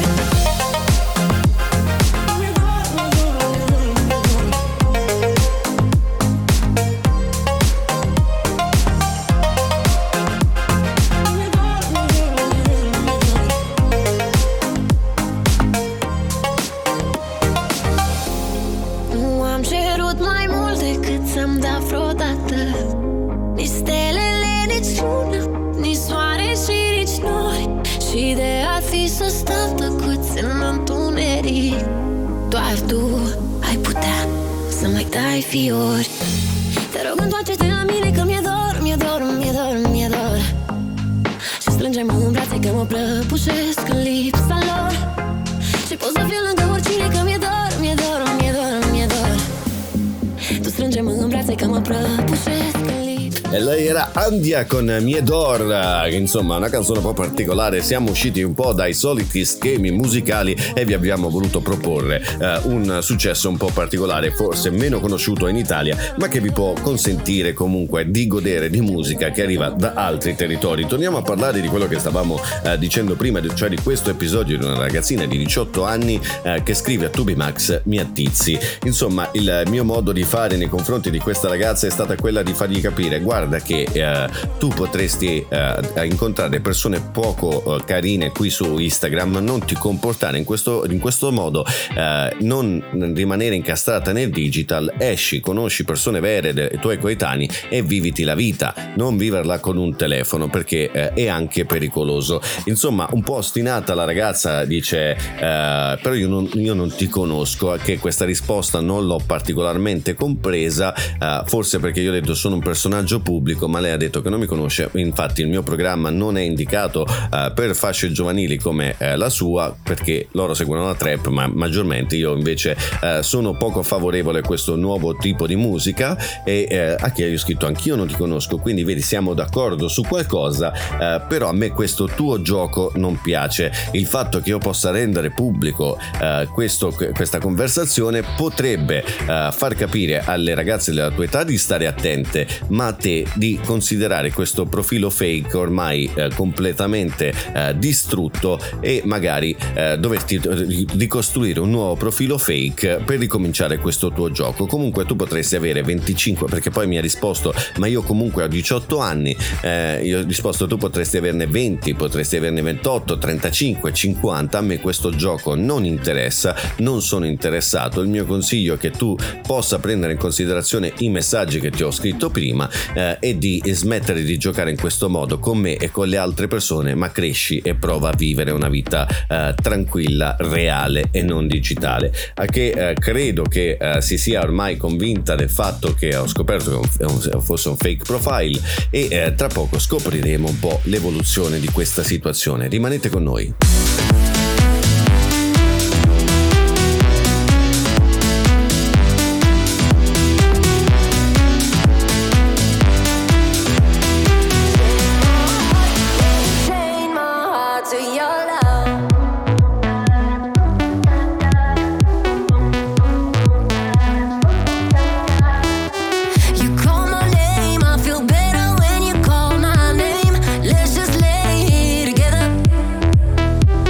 S8: Nu am cerut mai mult decât să-mi dea vreodată. Nici stelele, nici luna, nici soare și nici nori. Și de ar fi să stăm tăcuți în întuneric, doar tu ai putea să mai dai fiori. Te rog, întoarce-te la mine că mi-e dor, mi-e dor, mi-e dor, mi-e dor. Și strângem în brațe că mă prăbușesc în lipsa lor. Și pot să fiu lângă oricine că mi-e dor, mi-e dor, mi-e dor, mi-e dor. Tu strângem în brațe că mă prăbușesc în lipsa.
S2: E lei era Andia con Mie d'Or, insomma una canzone un po' particolare. Siamo usciti un po' dai soliti schemi musicali e vi abbiamo voluto proporre eh, un successo un po' particolare, forse meno conosciuto in Italia, ma che vi può consentire comunque di godere di musica che arriva da altri territori. Torniamo a parlare di quello che stavamo eh, dicendo prima, cioè di questo episodio di una ragazzina di diciotto anni eh, che scrive a Tubimax: mi attizzi. Insomma, il mio modo di fare nei confronti di questa ragazza è stata quella di fargli capire: guarda guarda che eh, tu potresti eh, incontrare persone poco eh, carine qui su Instagram, non ti comportare in questo, in questo modo, eh, non rimanere incastrata nel digital, esci, conosci persone vere dei tuoi coetanei e viviti la vita, non viverla con un telefono, perché eh, è anche pericoloso. Insomma, un po' ostinata la ragazza, dice eh, però io non, io non ti conosco, che questa risposta non l'ho particolarmente compresa, eh, forse perché io ho detto sono un personaggio pubblico, ma lei ha detto che non mi conosce. Infatti il mio programma non è indicato eh, per fasce giovanili come eh, la sua, perché loro seguono la trap, ma maggiormente io invece eh, sono poco favorevole a questo nuovo tipo di musica, e eh, a chi ho scritto anch'io non ti conosco, quindi vedi, siamo d'accordo su qualcosa, eh, però a me questo tuo gioco non piace. Il fatto che io possa rendere pubblico eh, questo, questa conversazione potrebbe eh, far capire alle ragazze della tua età di stare attente, ma a te di considerare questo profilo fake ormai eh, completamente eh, distrutto, e magari eh, doverti ricostruire un nuovo profilo fake per ricominciare questo tuo gioco. Comunque tu potresti avere venticinque, perché poi mi ha risposto ma io comunque ho diciotto anni, eh, io ho risposto tu potresti averne venti, potresti averne ventotto, trentacinque, cinquanta, a me questo gioco non interessa, non sono interessato. Il mio consiglio è che tu possa prendere in considerazione i messaggi che ti ho scritto prima eh, e di smettere di giocare in questo modo con me e con le altre persone, ma cresci e prova a vivere una vita eh, tranquilla, reale e non digitale. A che eh, credo che eh, si sia ormai convinta del fatto che ho scoperto che un, fosse un fake profile, e eh, tra poco scopriremo un po' l'evoluzione di questa situazione. Rimanete con noi.
S8: Chain my heart to your love. You call my name, I feel better when you call my name. Let's just lay here together.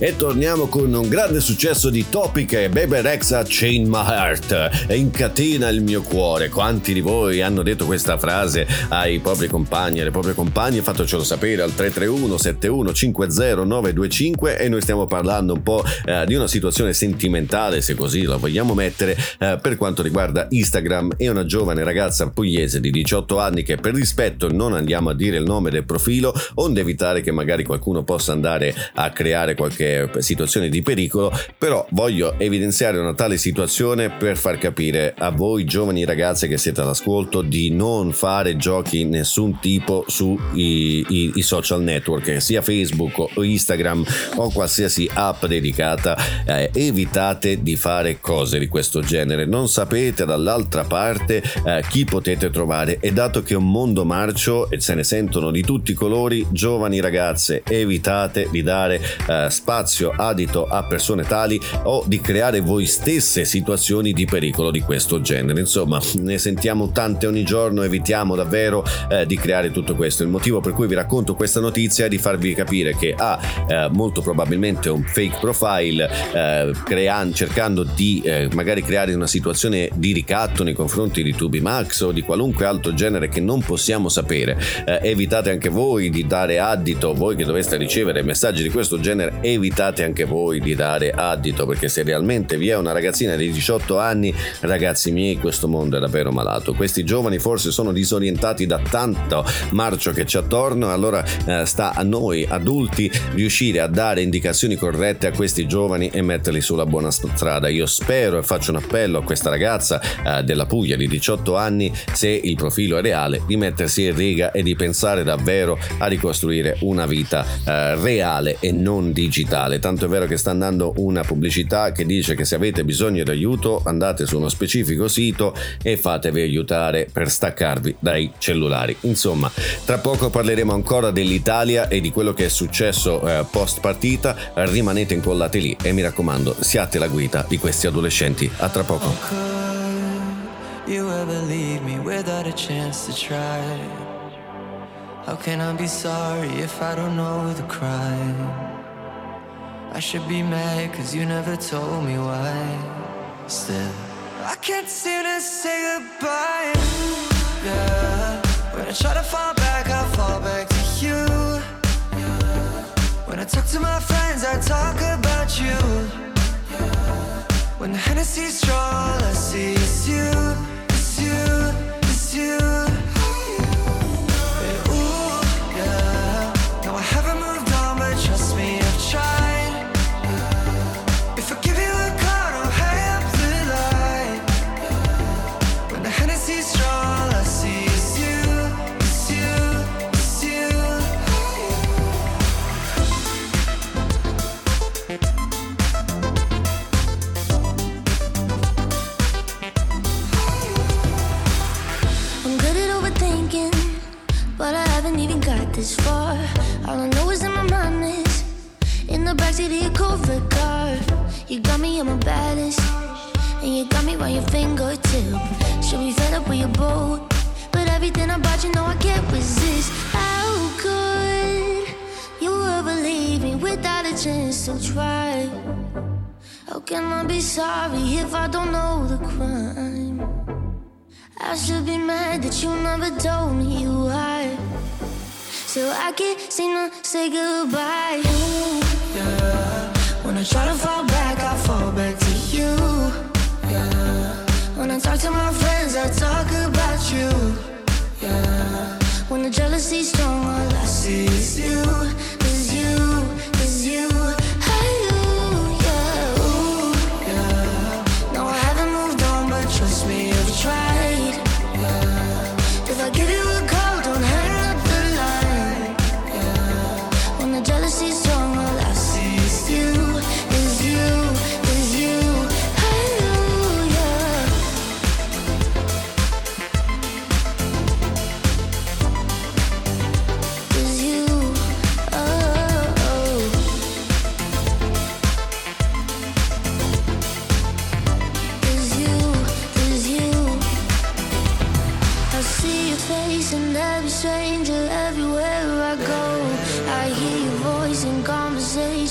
S2: e torniamo con un grande successo di Topic e Bebe Rexha, Chain My Heart, e incatena il mio cuore. Quanti di voi hanno detto questa frase ai propri compagni, alle proprie compagne? Fatecelo sapere al tre tre uno sette uno cinque zero nove due cinque. E noi stiamo parlando un po' eh, di una situazione sentimentale, se così la vogliamo mettere, eh, per quanto riguarda Instagram e una giovane ragazza pugliese di diciotto anni che, per rispetto, non andiamo a dire il nome del profilo, onde evitare che magari qualcuno possa andare a creare qualche situazione di pericolo, però voglio evidenziare una tale situazione per far capire a voi giovani ragazze che siete all'ascolto di non fare giochi nessun tipo su i, i, i social network, sia Facebook o Instagram o qualsiasi app dedicata. Eh, evitate di fare cose di questo genere, non sapete dall'altra parte eh, chi potete trovare, e dato che è un mondo marcio e se ne sentono di tutti i colori, giovani ragazze, evitate di dare eh, spazio, adito a persone tali o di creare voi stesse situazioni di pericolo di questo genere. Insomma, ne sentiamo tante ogni giorno, evitiamo davvero eh, di creare tutto questo. Il motivo per cui vi racconto questa notizia è di farvi capire che ha eh, molto probabilmente un fake profile, eh, crean- cercando di eh, magari creare una situazione di ricatto nei confronti di Tubi Max o di qualunque altro genere che non possiamo sapere. Eh, evitate anche voi di dare addito, voi che doveste ricevere messaggi di questo genere, evitate anche voi di dare addito, perché se realmente vi è una ragazzina di diciotto anni, ragazzi miei, questo mondo è davvero malato. Questi giovani forse sono disorientati da tanto marcio che c'è attorno, allora eh, sta a noi adulti riuscire a dare indicazioni corrette a questi giovani e metterli sulla buona strada. Io spero e faccio un appello a questa ragazza eh, della Puglia di diciotto anni, se il profilo è reale, di mettersi in riga e di pensare davvero a ricostruire una vita eh, reale e non digitale. Tanto è vero che sta andando una pubblicità che dice che se avete bisogno di aiuto andate su uno specifico sito e fatevi aiutare per staccarvi dai cellulari. Insomma, tra poco parleremo ancora dell'Italia e di quello che è successo eh, post partita. Rimanete incollati lì e mi raccomando, siate la guida di questi adolescenti. A tra poco.
S3: Could you ever leave me without a chance to try? How can I be sorry if I don't know the crime? I should be mad cause you never told me why. Still, I can't seem to say goodbye. Yeah, when I try to fall back, I fall back to you. When I talk to my friends, I talk about you. When the Hennessy's strong, all I see is you, it's you, it's you. Yeah, ooh, yeah. No, I haven't moved on, but trust me, I've tried. If I give you a call, don't hang up the line. When the Hennessy's strong, all I see is you, it's you, it's you.
S8: I'm good at overthinking, but I haven't even got this far. All I know is in my mind is in the backseat of your Corvette car. You got me on my balance, and you got me by your fingertip. Should be fed up with your boat, but everything about you know I can't resist. How could you ever leave me without a chance to try? How can I be sorry if I don't know the crime? I should be mad that you never told me why. So I can't seem to say goodbye.
S3: Yeah. When I try to fall back, I fall back to you. Yeah.
S8: When I talk to my friends, I talk about you.
S3: Yeah.
S8: When the jealousy's strong, all I see is you, is you, is you. Hey, you, yeah, ooh.
S3: Yeah.
S8: No, I haven't moved on, but trust me, I've tried.
S3: Yeah.
S8: If I give you a call, don't hang up the line.
S3: Yeah.
S8: When the jealousy's strong, all I see is you, is you, is you. Hey, you, yeah. Is you, oh.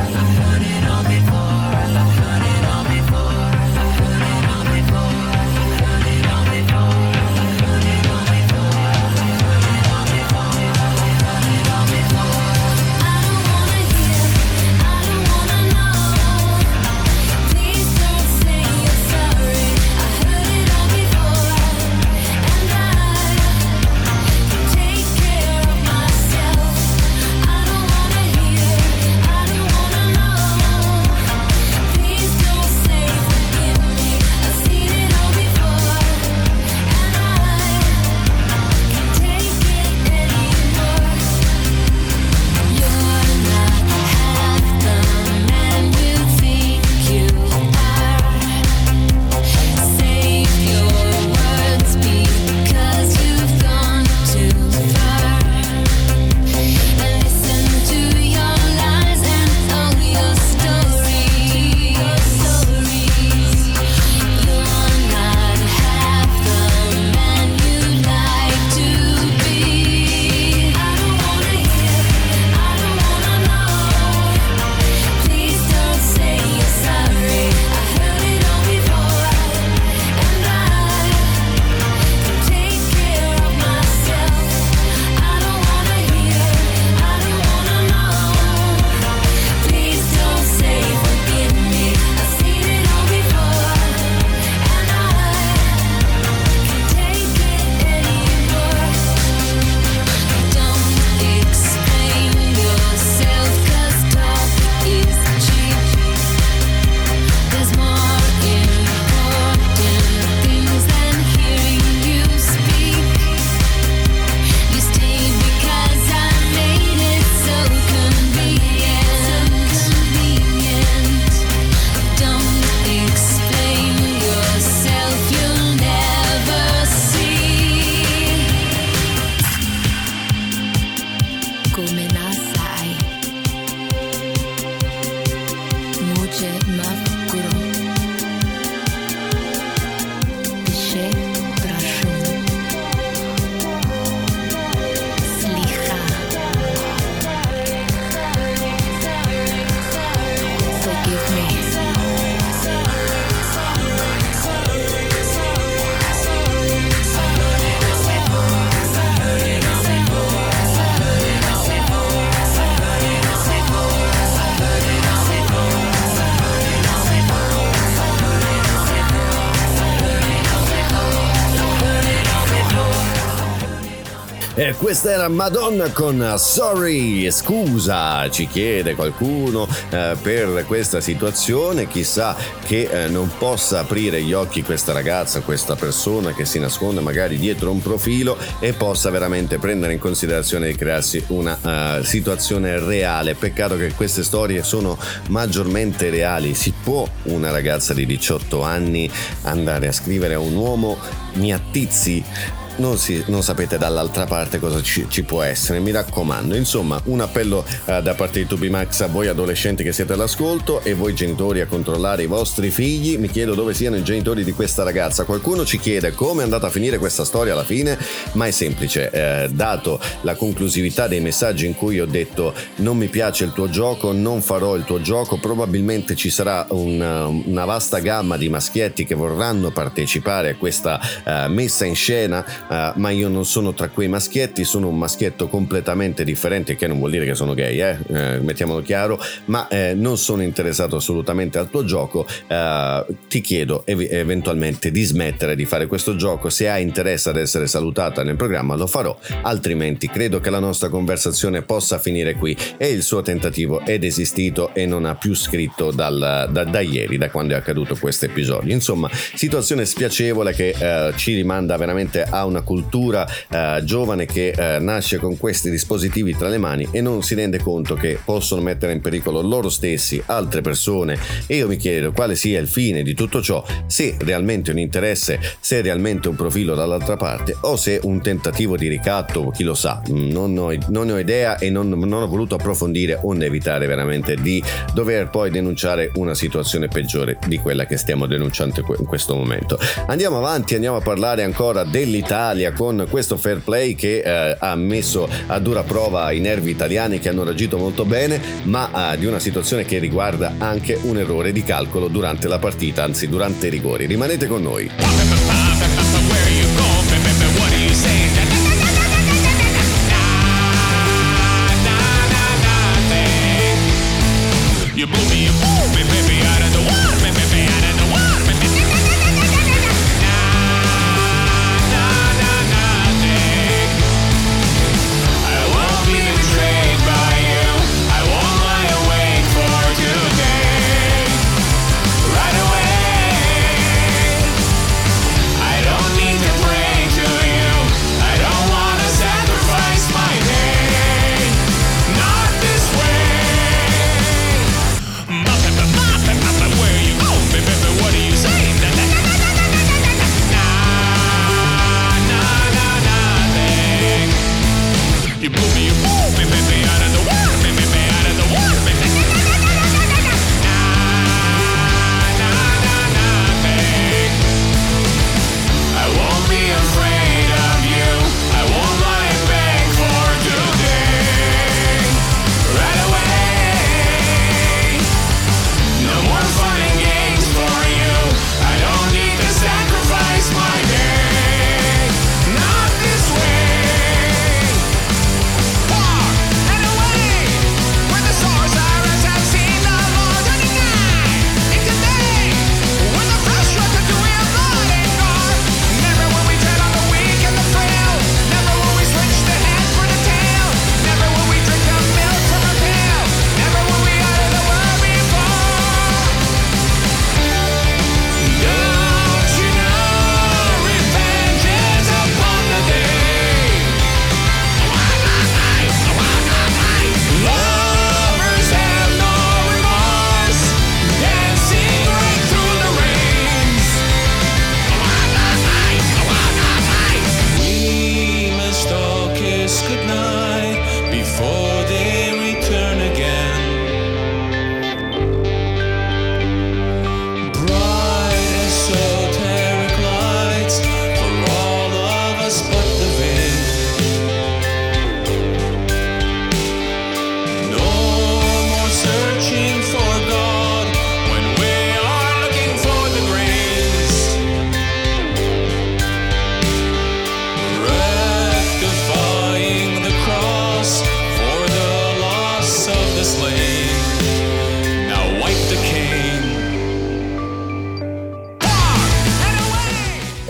S3: I've done it all before.
S2: E questa era Madonna con Sorry, scusa, ci chiede qualcuno eh, per questa situazione. Chissà che eh, non possa aprire gli occhi questa ragazza, questa persona che si nasconde magari dietro un profilo e possa veramente prendere in considerazione di crearsi una uh, situazione reale. Peccato che queste storie sono maggiormente reali. Si può una ragazza di diciotto anni andare a scrivere a un uomo mi attizzi? Non, si, non sapete dall'altra parte cosa ci, ci può essere, mi raccomando. Insomma, un appello eh, da parte di Tubi Max a voi adolescenti che siete all'ascolto e voi genitori a controllare i vostri figli. Mi chiedo dove siano i genitori di questa ragazza. Qualcuno ci chiede come è andata a finire questa storia alla fine, ma è semplice, eh, dato la conclusività dei messaggi in cui ho detto non mi piace il tuo gioco, non farò il tuo gioco, probabilmente ci sarà una, una vasta gamma di maschietti che vorranno partecipare a questa eh, messa in scena. Uh, ma io non sono tra quei maschietti, sono un maschietto completamente differente, che non vuol dire che sono gay, eh? Eh, mettiamolo chiaro, ma eh, non sono interessato assolutamente al tuo gioco. Uh, ti chiedo ev- eventualmente di smettere di fare questo gioco. Se hai interesse ad essere salutata nel programma lo farò, altrimenti credo che la nostra conversazione possa finire qui. E il suo tentativo è desistito e non ha più scritto dal, da, da ieri, da quando è accaduto questo episodio. Insomma, situazione spiacevole che uh, ci rimanda veramente a una cultura eh, giovane che eh, nasce con questi dispositivi tra le mani e non si rende conto che possono mettere in pericolo loro stessi, altre persone. E io mi chiedo quale sia il fine di tutto ciò, se realmente un interesse, se realmente un profilo dall'altra parte o se un tentativo di ricatto, chi lo sa. Non ho, non ne ho idea e non, non ho voluto approfondire onde evitare veramente di dover poi denunciare una situazione peggiore di quella che stiamo denunciando in questo momento. Andiamo avanti, andiamo a parlare ancora dell'Italia con questo fair play che eh, ha messo a dura prova i nervi italiani, che hanno reagito molto bene, ma eh, di una situazione che riguarda anche un errore di calcolo durante la partita, anzi durante i rigori. Rimanete con noi.
S9: You move me, you move me, baby, out of the water, baby, baby, out of the water, baby, baby, nah, nah, nah, nothing. I won't be betrayed by you. I won't lie awake for today. Right away. I don't need to pray to you. I don't wanna sacrifice my day. Not this way. Where you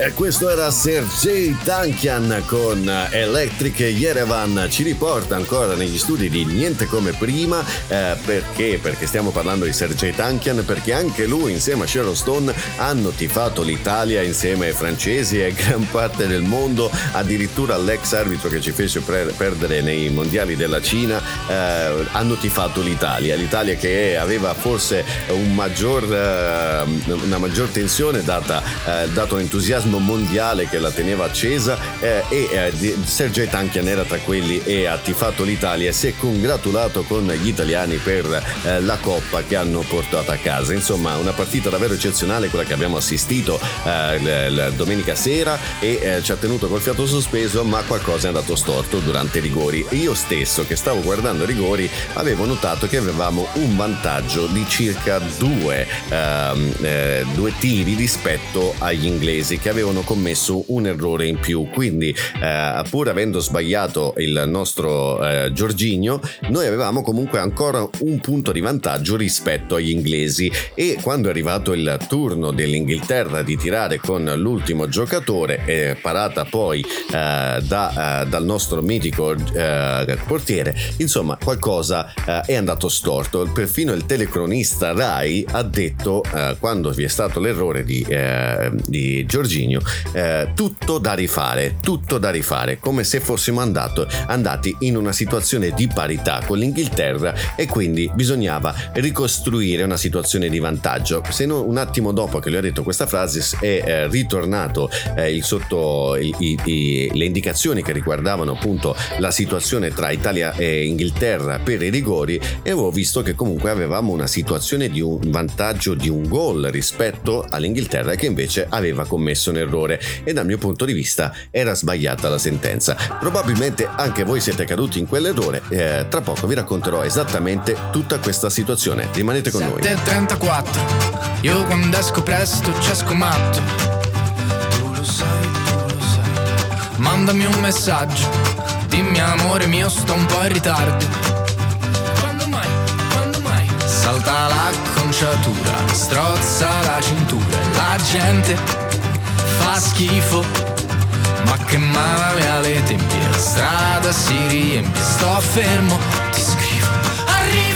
S2: E questo era Sergej Tankian con Electric Yerevan, ci riporta ancora negli studi di Niente Come Prima. Eh, perché? Perché stiamo parlando di Sergej Tankian, perché anche lui insieme a Sharon Stone hanno tifato l'Italia insieme ai francesi e gran parte del mondo, addirittura l'ex arbitro che ci fece pre- perdere nei mondiali della Cina, eh, hanno tifato l'Italia, l'Italia che aveva forse un maggior, eh, una maggior tensione data, eh, dato l'entusiasmo mondiale che la teneva accesa, eh, e eh, Sergej Tankian era tra quelli e ha tifato l'Italia e si è congratulato con gli italiani per eh, la coppa che hanno portato a casa. Insomma, una partita davvero eccezionale quella che abbiamo assistito eh, l- l- domenica sera, e eh, ci ha tenuto col fiato sospeso, ma qualcosa è andato storto durante i rigori. Io stesso, che stavo guardando i rigori, avevo notato che avevamo un vantaggio di circa due, ehm, eh, due tiri rispetto agli inglesi, che avevano commesso un errore in più. Quindi eh, pur avendo sbagliato il nostro eh, Jorginho, noi avevamo comunque ancora un punto di vantaggio rispetto agli inglesi, e quando è arrivato il turno dell'Inghilterra di tirare con l'ultimo giocatore, eh, parata poi eh, da, eh, dal nostro mitico eh, portiere, insomma qualcosa eh, è andato storto. Perfino il telecronista Rai ha detto, eh, quando vi è stato l'errore di, eh, di Jorginho, eh, tutto da rifare, tutto da rifare, come se fossimo andato, andati in una situazione di parità con l'Inghilterra, e quindi bisognava ricostruire una situazione di vantaggio. Se no, un attimo dopo che lui ha detto questa frase è eh, ritornato eh, il sotto il, i, i, le indicazioni che riguardavano appunto la situazione tra Italia e Inghilterra per i rigori, e avevo visto che comunque avevamo una situazione di un vantaggio di un gol rispetto all'Inghilterra, che invece aveva commesso un errore, e dal mio punto di vista era sbagliata la sentenza. Probabilmente anche voi siete caduti in quell'errore. Eh, tra poco vi racconterò esattamente tutta questa situazione. Rimanete con noi.
S10: sette e trentaquattro, io quando esco presto ci esco matto. Tu lo sai, tu lo sai. Mandami un messaggio, dimmi amore mio sto un po' in ritardo. Quando mai, quando mai? Salta l'acconciatura, strozza la cintura, la gente fa schifo, ma che male alle tempie, la strada si riempie, sto fermo, ti scrivo, arrivo!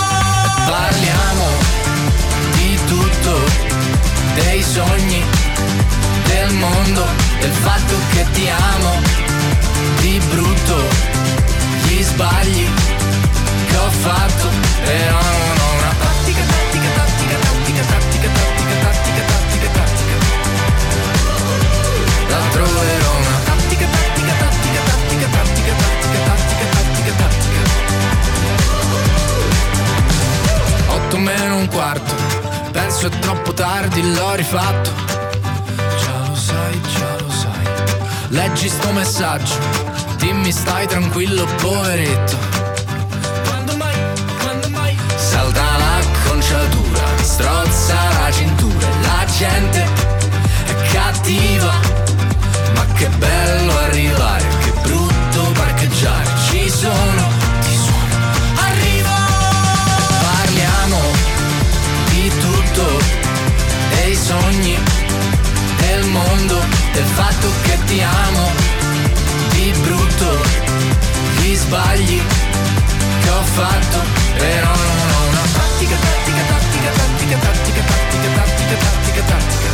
S10: Parliamo di tutto, dei sogni, del mondo, del fatto che ti amo, di brutto, gli sbagli che ho fatto, però non ho una tattica, tattica, tattica, tattica, tattica, tattica, tattica, tattica, tattica. La troverò una tattica, tattica, tattica, tattica, tattica, tattica, tattica, tattica, tattica. Otto meno un quarto, penso è troppo tardi, l'ho rifatto. Già lo sai, già lo sai. Leggi sto messaggio, dimmi stai tranquillo poveretto. Quando mai, quando mai? Salta l'acconciatura, strozza la cintura, la gente è cattiva, ma che bello arrivare, che brutto parcheggiare, ci sono, ti suono, arrivo! Parliamo di tutto, dei sogni, del mondo, del fatto che ti amo, di brutto, gli sbagli che ho fatto, però non ho una tattica, tattica, tattica, tattica, tattica, tattica, tattica, tattica, tattica.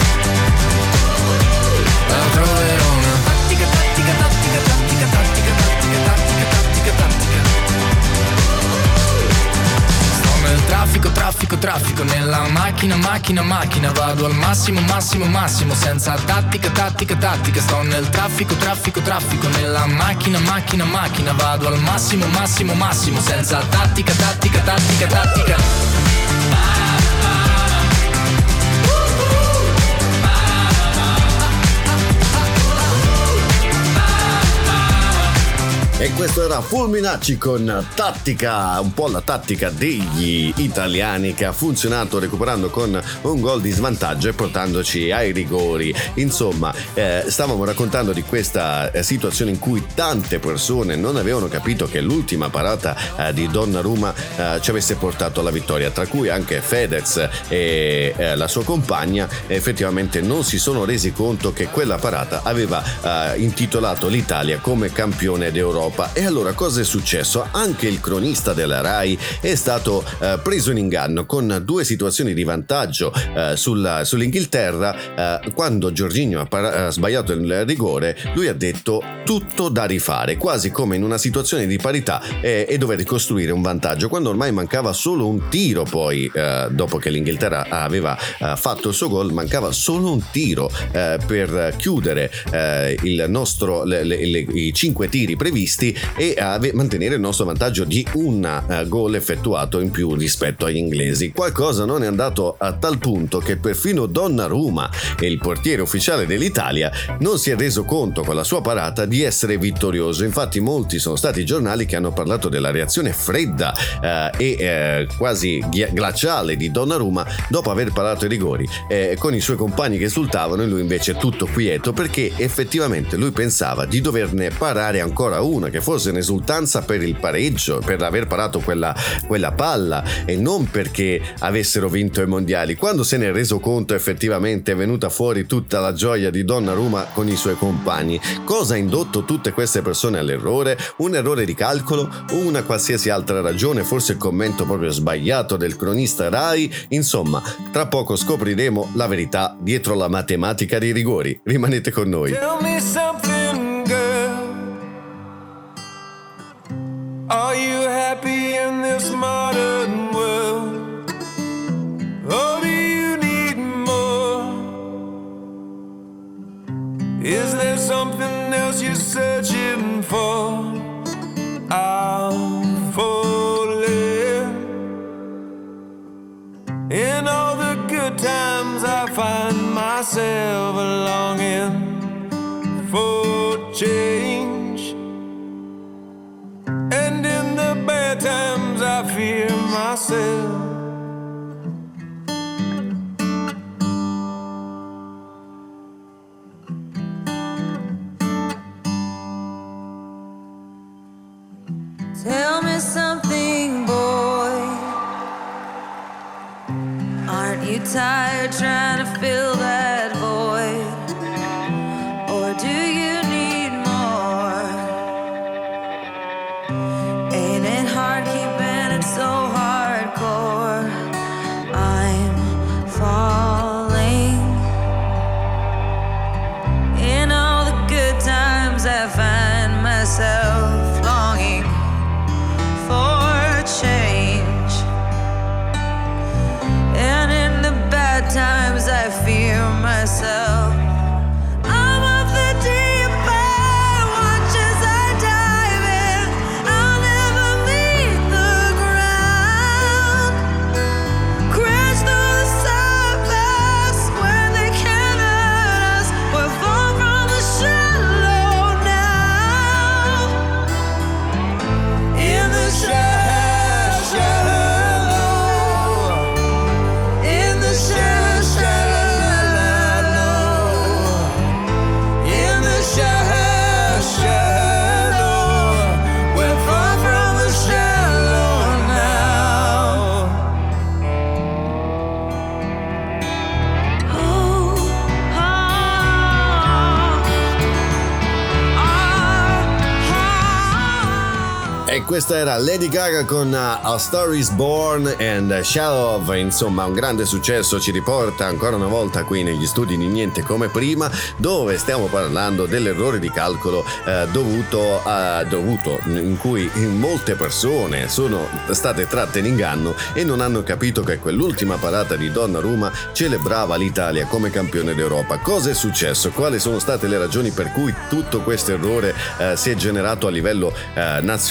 S10: La troverò una tattica, tattica, tattica, tattica, tattica, tattica, tattica, tattica, tattica. Sto nel traffico, traffico, traffico, nella macchina, macchina, macchina, vado al massimo, massimo, massimo, senza tattica, tattica, tattica. Sto nel traffico, traffico, traffico, nella macchina, macchina, macchina, vado al massimo, massimo, massimo, senza tattica, tattica, tattica, tattica.
S2: E questo era Fulminacci con Tattica, un po' la tattica degli italiani che ha funzionato recuperando con un gol di svantaggio e portandoci ai rigori. Insomma, eh, stavamo raccontando di questa eh, situazione in cui tante persone non avevano capito che l'ultima parata eh, di Donnarumma eh, ci avesse portato alla vittoria, tra cui anche Fedez e eh, la sua compagna effettivamente non si sono resi conto che quella parata aveva eh, intitolato l'Italia come campione d'Europa. E allora cosa è successo? Anche il cronista della Rai è stato eh, preso in inganno con due situazioni di vantaggio eh, sulla, sull'Inghilterra. Eh, quando Jorginho ha, par- ha sbagliato il rigore, lui ha detto tutto da rifare, quasi come in una situazione di parità eh, e dover ricostruire un vantaggio, quando ormai mancava solo un tiro. Poi eh, dopo che l'Inghilterra aveva eh, fatto il suo gol, mancava solo un tiro eh, per chiudere eh, il nostro le, le, le, i cinque tiri previsti e ave- mantenere il nostro vantaggio di un uh, gol effettuato in più rispetto agli inglesi. Qualcosa non è andato a tal punto che perfino Donnarumma, il portiere ufficiale dell'Italia, non si è reso conto con la sua parata di essere vittorioso. Infatti molti sono stati i giornali che hanno parlato della reazione fredda uh, e uh, quasi ghi- glaciale di Donnarumma dopo aver parato i rigori, eh, con i suoi compagni che esultavano e lui invece tutto quieto, perché effettivamente lui pensava di doverne parare ancora una, che fosse un'esultanza per il pareggio, per aver parato quella, quella palla e non perché avessero vinto i mondiali. Quando se ne è reso conto effettivamente è venuta fuori tutta la gioia di Donnarumma con i suoi compagni. Cosa ha indotto tutte queste persone all'errore? Un errore di calcolo? Una qualsiasi altra ragione? Forse il commento proprio sbagliato del cronista Rai? Insomma, tra poco scopriremo la verità dietro la matematica dei rigori. Rimanete con noi.
S3: Tell me something, girl. Are you happy in this modern world? Or do you need more? Is there something else you're searching for? I'm falling. In all the good times I find myself longing for change. And in the bad times I fear myself. Tell me something, boy. Aren't you tired trying to fill that void? Or do you need more? Ain't it hard keeping it so hardcore? I'm falling. In all the good times I find myself longing for change. And in the bad times I fear myself. I'm of the deep end, watch as I dive in. I'll never meet the ground. Crash through the surface where they can't hurt us. We're far from the shallow now. In the shallow, shallow. In the shallow, shallow. In the shallow, shallow. We're far from the shallow now. Oh,
S2: E questa era Lady Gaga con uh, A Star Is Born and Shallow of, insomma un grande successo, ci riporta ancora una volta qui negli studi di Niente Come Prima, dove stiamo parlando dell'errore di calcolo eh, dovuto, a, dovuto in cui molte persone sono state tratte in inganno e non hanno capito che quell'ultima parata di Donnarumma celebrava l'Italia come campione d'Europa. Cosa è successo? Quali sono state le ragioni per cui tutto questo errore eh, si è generato a livello eh, nazionale?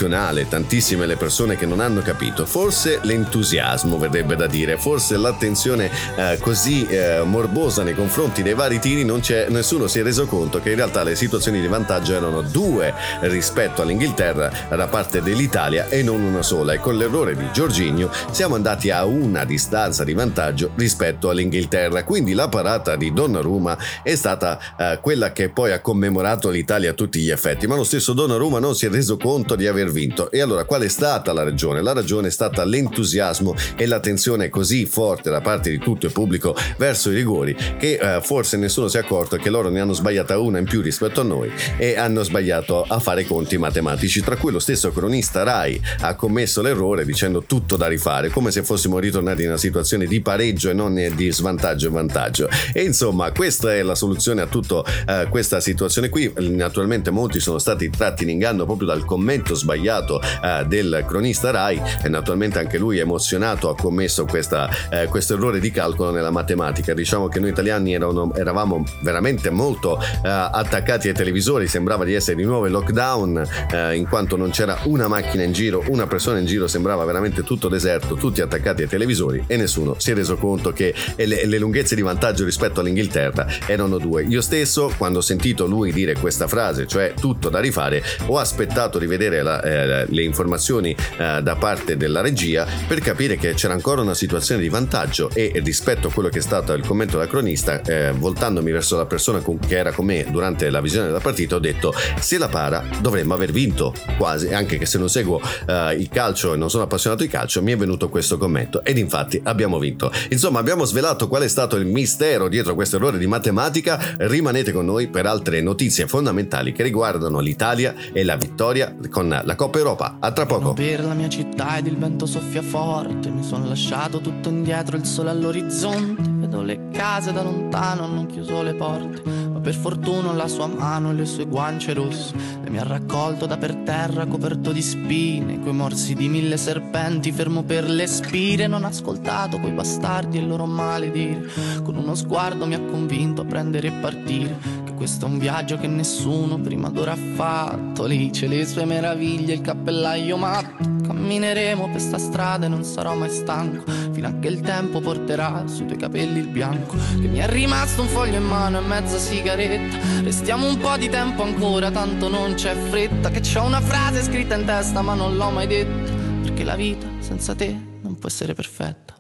S2: le tantissime le persone che non hanno capito, forse l'entusiasmo verrebbe da dire, forse l'attenzione eh, così eh, morbosa nei confronti dei vari tiri, non c'è, nessuno si è reso conto che in realtà le situazioni di vantaggio erano due rispetto all'Inghilterra da parte dell'Italia e non una sola, e con l'errore di Jorginho siamo andati a una distanza di vantaggio rispetto all'Inghilterra. Quindi la parata di Donnarumma è stata eh, quella che poi ha commemorato l'Italia a tutti gli effetti, ma lo stesso Donnarumma non si è reso conto di aver vinto. E allora qual è stata la ragione? La ragione è stata l'entusiasmo e l'attenzione così forte da parte di tutto il pubblico verso i rigori che eh, forse nessuno si è accorto che loro ne hanno sbagliata una in più rispetto a noi e hanno sbagliato a fare i conti matematici, tra cui lo stesso cronista Rai ha commesso l'errore dicendo tutto da rifare, come se fossimo ritornati in una situazione di pareggio e non di svantaggio e vantaggio. E insomma questa è la soluzione a tutta eh, questa situazione qui. Naturalmente molti sono stati tratti in inganno proprio dal commento sbagliato eh, del cronista Rai, e naturalmente anche lui emozionato ha commesso questa, eh, questo errore di calcolo nella matematica. Diciamo che noi italiani erano, eravamo veramente molto eh, attaccati ai televisori, sembrava di essere di nuovo in lockdown eh, in quanto non c'era una macchina in giro, una persona in giro, sembrava veramente tutto deserto, tutti attaccati ai televisori e nessuno si è reso conto che le, le lunghezze di vantaggio rispetto all'Inghilterra erano due. Io stesso, quando ho sentito lui dire questa frase, cioè tutto da rifare, ho aspettato di vedere la, eh, le informazioni eh, da parte della regia per capire che c'era ancora una situazione di vantaggio, e rispetto a quello che è stato il commento della cronista, eh, voltandomi verso la persona con, che era con me durante la visione della partita, ho detto: se la para dovremmo aver vinto, quasi, anche che se non seguo eh, il calcio e non sono appassionato di calcio mi è venuto questo commento, ed infatti abbiamo vinto. Insomma, abbiamo svelato qual è stato il mistero dietro questo errore di matematica. Rimanete con noi per altre notizie fondamentali che riguardano l'Italia e la vittoria con la Coppa Europa. A tra poco.
S11: Per la mia città ed il vento soffia forte, mi sono lasciato tutto indietro, il sole all'orizzonte, vedo le case da lontano, hanno chiuso le porte, ma per fortuna ho la sua mano e le sue guance rosse, e mi ha raccolto da per terra coperto di spine, coi morsi di mille serpenti, fermo per le spire. Non ho ascoltato quei bastardi e il loro maledire, con uno sguardo mi ha convinto a prendere e partire, che questo è un viaggio che nessuno prima d'ora ha fatto. Lì c'è le sue meraviglie, il cappellaio matto, cammineremo per sta strada e non sarò mai stanco, fino a che il tempo porterà sui tuoi capelli il bianco, che mi è rimasto un foglio in mano e mezza sigaretta. Restiamo un po' di tempo ancora, tanto non c'è fretta, che c'ho una frase scritta in testa ma non l'ho mai detta, perché la vita senza te non può essere perfetta.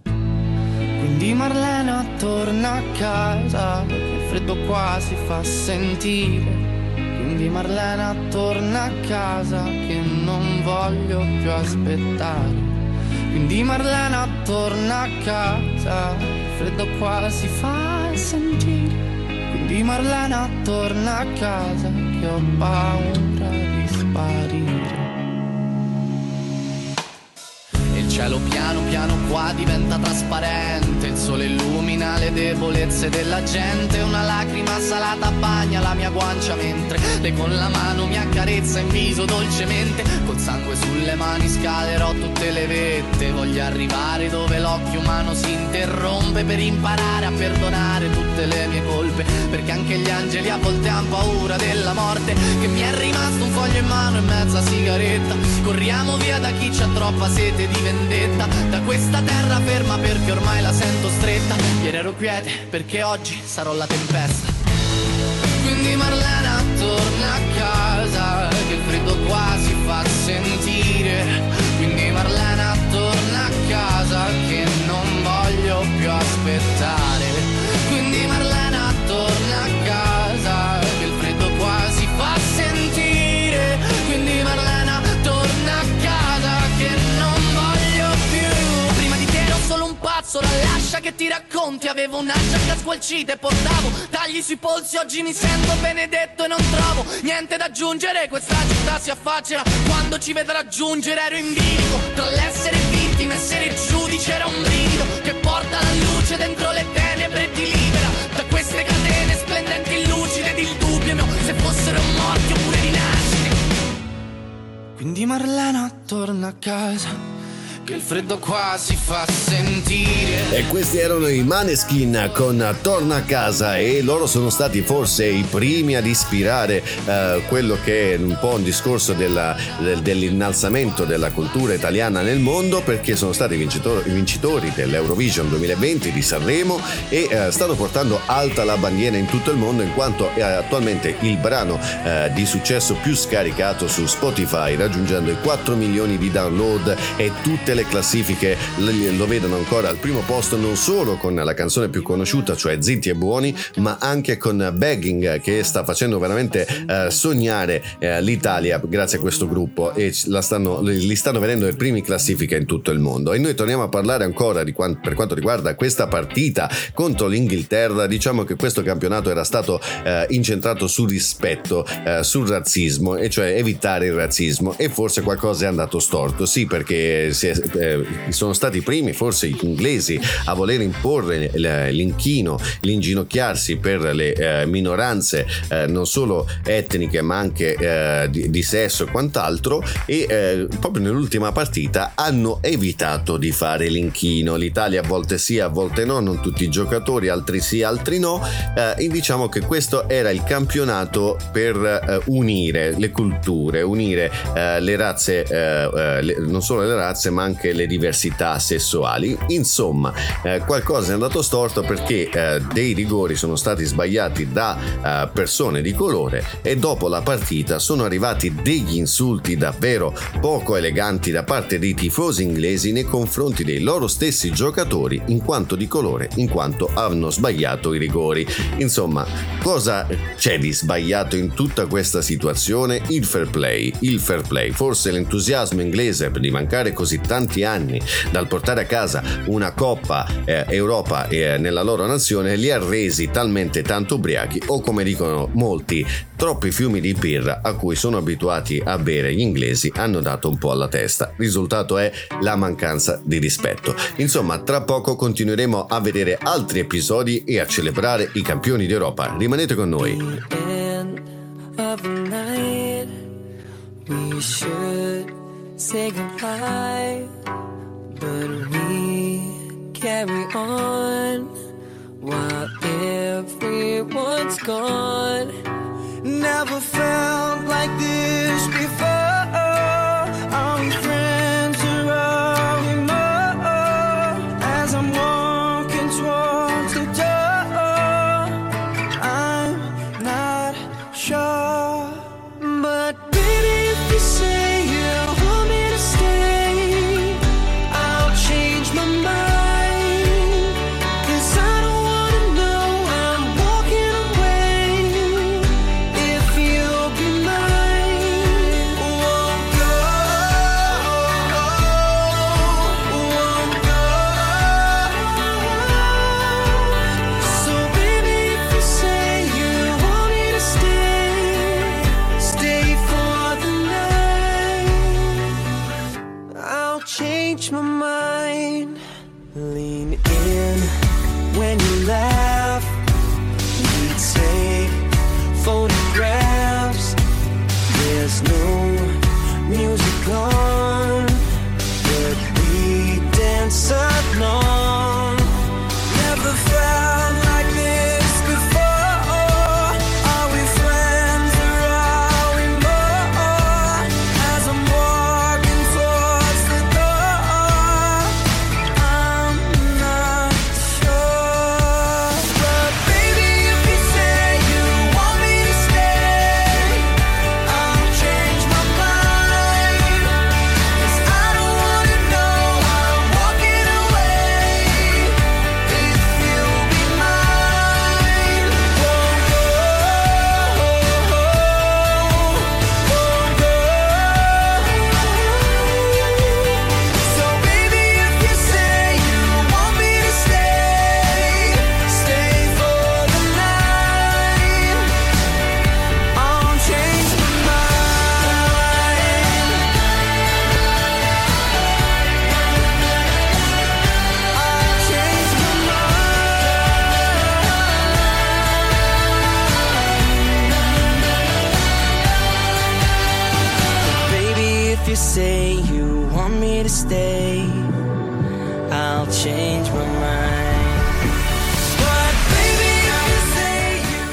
S11: Quindi Marlena torna a casa, che il freddo qua si fa sentire. Quindi Marlena torna a casa, che non voglio più aspettare. Quindi Marlena torna a casa, il freddo qua si fa sentire. Quindi Marlena torna a casa, che ho paura di sparire. Il cielo piano piano qua diventa trasparente, il sole illumina le debolezze della gente, una lacrima salata bagna la mia guancia mentre lei con la mano mi accarezza in viso dolcemente. Col sangue sulle mani scalerò tutte le vette, voglio arrivare dove l'occhio umano si interrompe, per imparare a perdonare tutte le mie colpe, perché anche gli angeli a volte hanno paura della morte. Che mi è rimasto un foglio in mano e mezza sigaretta, corriamo via da chi c'ha troppa sete di vendetta, da questa terra ferma perché ormai la sento stretta. Ieri ero quiete perché oggi sarò la tempesta. Quindi Marlena torna a casa, che il freddo qua si fa sentire. Quindi Marlena torna a casa, che non voglio più aspettare. Quindi Marlena torna a casa, che il freddo qua si fa sentire. Quindi Marlena torna a casa, che non voglio più. Prima di te ero solo un pazzo, la lascia che ti racconti. Avevo una giacca squalcita e portavo tagli sui polsi. Oggi mi sento benedetto e non trovo niente da aggiungere. Questa città si affaccia quando ci vedrà giungere. Ero in bilico tra l'essere vittima e essere giudice. Era un brivido che porta la luce dentro le tenebre e ti libera da queste catene splendenti, lucide ed il dubbio mio se fossero morti oppure rinascite. Quindi Marlena torna a casa, che il freddo qua si fa sentire.
S2: E questi erano i Maneskin con Torna a casa, e loro sono stati forse i primi ad ispirare eh, quello che è un po' un discorso della, del, dell'innalzamento della cultura italiana nel mondo, perché sono stati vincitori, vincitori dell'Eurovision duemilaventi di Sanremo e eh, stanno portando alta la bandiera in tutto il mondo, in quanto è attualmente il brano eh, di successo più scaricato su Spotify, raggiungendo i quattro milioni di download, e tutte le classifiche lo vedono ancora al primo posto, non solo con la canzone più conosciuta, cioè Zitti e Buoni, ma anche con Begging, che sta facendo veramente eh, sognare eh, l'Italia grazie a questo gruppo, e la stanno, li stanno vedendo i primi classifiche in tutto il mondo. E noi torniamo a parlare ancora di quant- per quanto riguarda questa partita contro l'Inghilterra. Diciamo che questo campionato era stato eh, incentrato sul rispetto, eh, sul razzismo, e cioè evitare il razzismo, e forse qualcosa è andato storto, sì, perché si è, eh, sono stati i primi, forse gli inglesi, a voler imporre l'inchino, l'inginocchiarsi per le eh, minoranze eh, non solo etniche ma anche eh, di, di sesso e quant'altro, e eh, proprio nell'ultima partita hanno evitato di fare l'inchino. L'Italia a volte sì, a volte no, non tutti i giocatori, altri sì, altri no, eh, e diciamo che questo era il campionato per eh, unire le culture, unire eh, le razze, eh, eh, le, non solo le razze ma anche le diversità sessuali. Insomma, eh, qualcosa è andato storto, perché eh, dei rigori sono stati sbagliati da eh, persone di colore, e dopo la partita sono arrivati degli insulti davvero poco eleganti da parte dei tifosi inglesi nei confronti dei loro stessi giocatori in quanto di colore, in quanto hanno sbagliato i rigori. Insomma, cosa c'è di sbagliato in tutta questa situazione? Il fair play, il fair play, forse l'entusiasmo inglese di mancare così tanti anni dal portare a casa una Coppa eh, Europa eh, nella loro nazione li ha resi talmente tanto ubriachi, o come dicono molti, troppi fiumi di birra a cui sono abituati a bere gli inglesi hanno dato un po' alla testa. Risultato è la mancanza di rispetto. Insomma, tra poco continueremo a vedere altri episodi e a celebrare i campioni d'Europa. Rimanete con noi.
S3: End of the night, we should say goodbye, but we carry on while everyone's gone. Never felt like this before. Are we friends or are we more? As I'm walking towards the door, I'm not sure. But baby, if you say you want me to stay, I'll change my mind. 'Cause I don't wanna know I'm walking away if you'll be mine. Won't go, won't go. So baby, if you say you want me to stay, stay for the night. I'll change my mind. Lean in when you laugh. We take photographs. There's no music on, but we dance along. Never felt like this before. Are we friends or are we more? As I'm walking towards the door, I'm not sure. But baby, if you say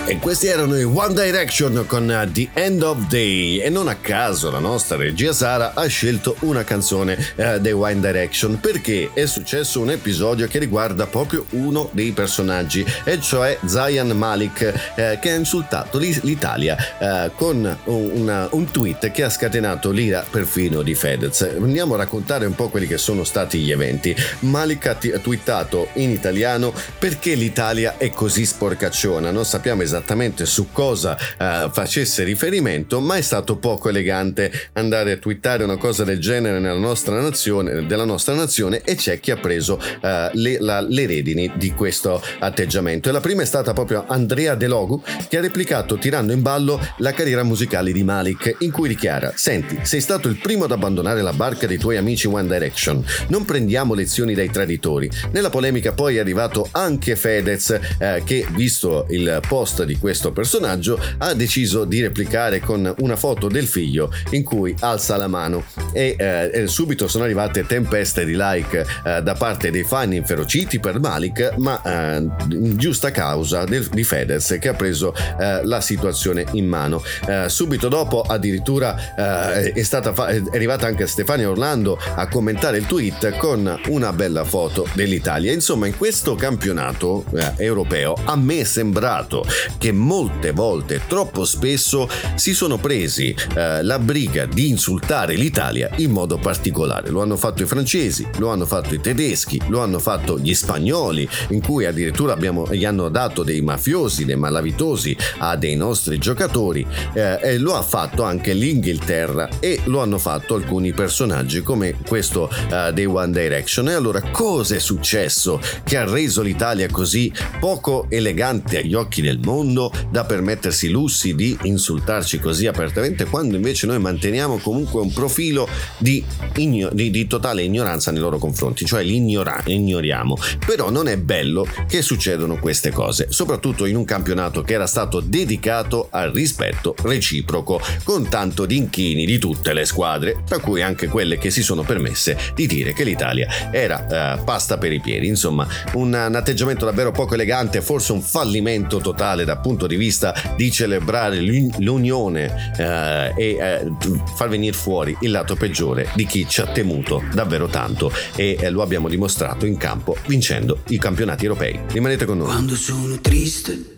S2: E questi erano i One Direction con uh, The End of Day, e non a caso la nostra regia Sara ha scelto una canzone uh, dei One Direction, perché è successo un episodio che riguarda proprio uno dei personaggi, e cioè Zayn Malik, uh, che ha insultato l'Italia uh, con una, un tweet che ha scatenato l'ira perfino di Fedez. Andiamo a raccontare un po' quelli che sono stati gli eventi. Malik ha, t- ha twittato in italiano: perché l'Italia è così sporcacciona? Non sappiamo esattamente esattamente su cosa uh, facesse riferimento, ma è stato poco elegante andare a twittare una cosa del genere nella nostra nazione, della nostra nazione, e c'è chi ha preso uh, le, la, le redini di questo atteggiamento. E la prima è stata proprio Andrea De Logu, che ha replicato tirando in ballo la carriera musicale di Malik, in cui dichiara: senti, sei stato il primo ad abbandonare la barca dei tuoi amici One Direction, non prendiamo lezioni dai traditori. Nella polemica poi è arrivato anche Fedez, eh, che visto il post di questo personaggio ha deciso di replicare con una foto del figlio in cui alza la mano, e eh, subito sono arrivate tempeste di like eh, da parte dei fan inferociti per Malik, ma eh, in giusta causa del, di Fedez, che ha preso eh, la situazione in mano. Eh, subito dopo addirittura eh, è stata fa- è arrivata anche Stefania Orlando a commentare il tweet con una bella foto dell'Italia. Insomma, in questo campionato eh, europeo a me è sembrato che molte volte, troppo spesso, si sono presi eh, la briga di insultare l'Italia in modo particolare. Lo hanno fatto i francesi, lo hanno fatto i tedeschi, lo hanno fatto gli spagnoli, in cui addirittura abbiamo, gli hanno dato dei mafiosi, dei malavitosi a dei nostri giocatori, eh, e lo ha fatto anche l'Inghilterra, e lo hanno fatto alcuni personaggi come questo eh, dei One Direction. E allora cosa è successo che ha reso l'Italia così poco elegante agli occhi del mondo da permettersi i lussi di insultarci così apertamente, quando invece noi manteniamo comunque un profilo di, igno- di, di totale ignoranza nei loro confronti, cioè li ignora- ignoriamo. Però non è bello che succedono queste cose, soprattutto in un campionato che era stato dedicato al rispetto reciproco, con tanto di inchini di tutte le squadre, tra cui anche quelle che si sono permesse di dire che l'Italia era uh, pasta per i piedi. Insomma, un, un atteggiamento davvero poco elegante, forse un fallimento totale dal punto di vista di celebrare l'unione eh, e eh, far venire fuori il lato peggiore di chi ci ha temuto davvero tanto, e eh, lo abbiamo dimostrato in campo vincendo i campionati europei. Rimanete con noi.
S12: Quando sono triste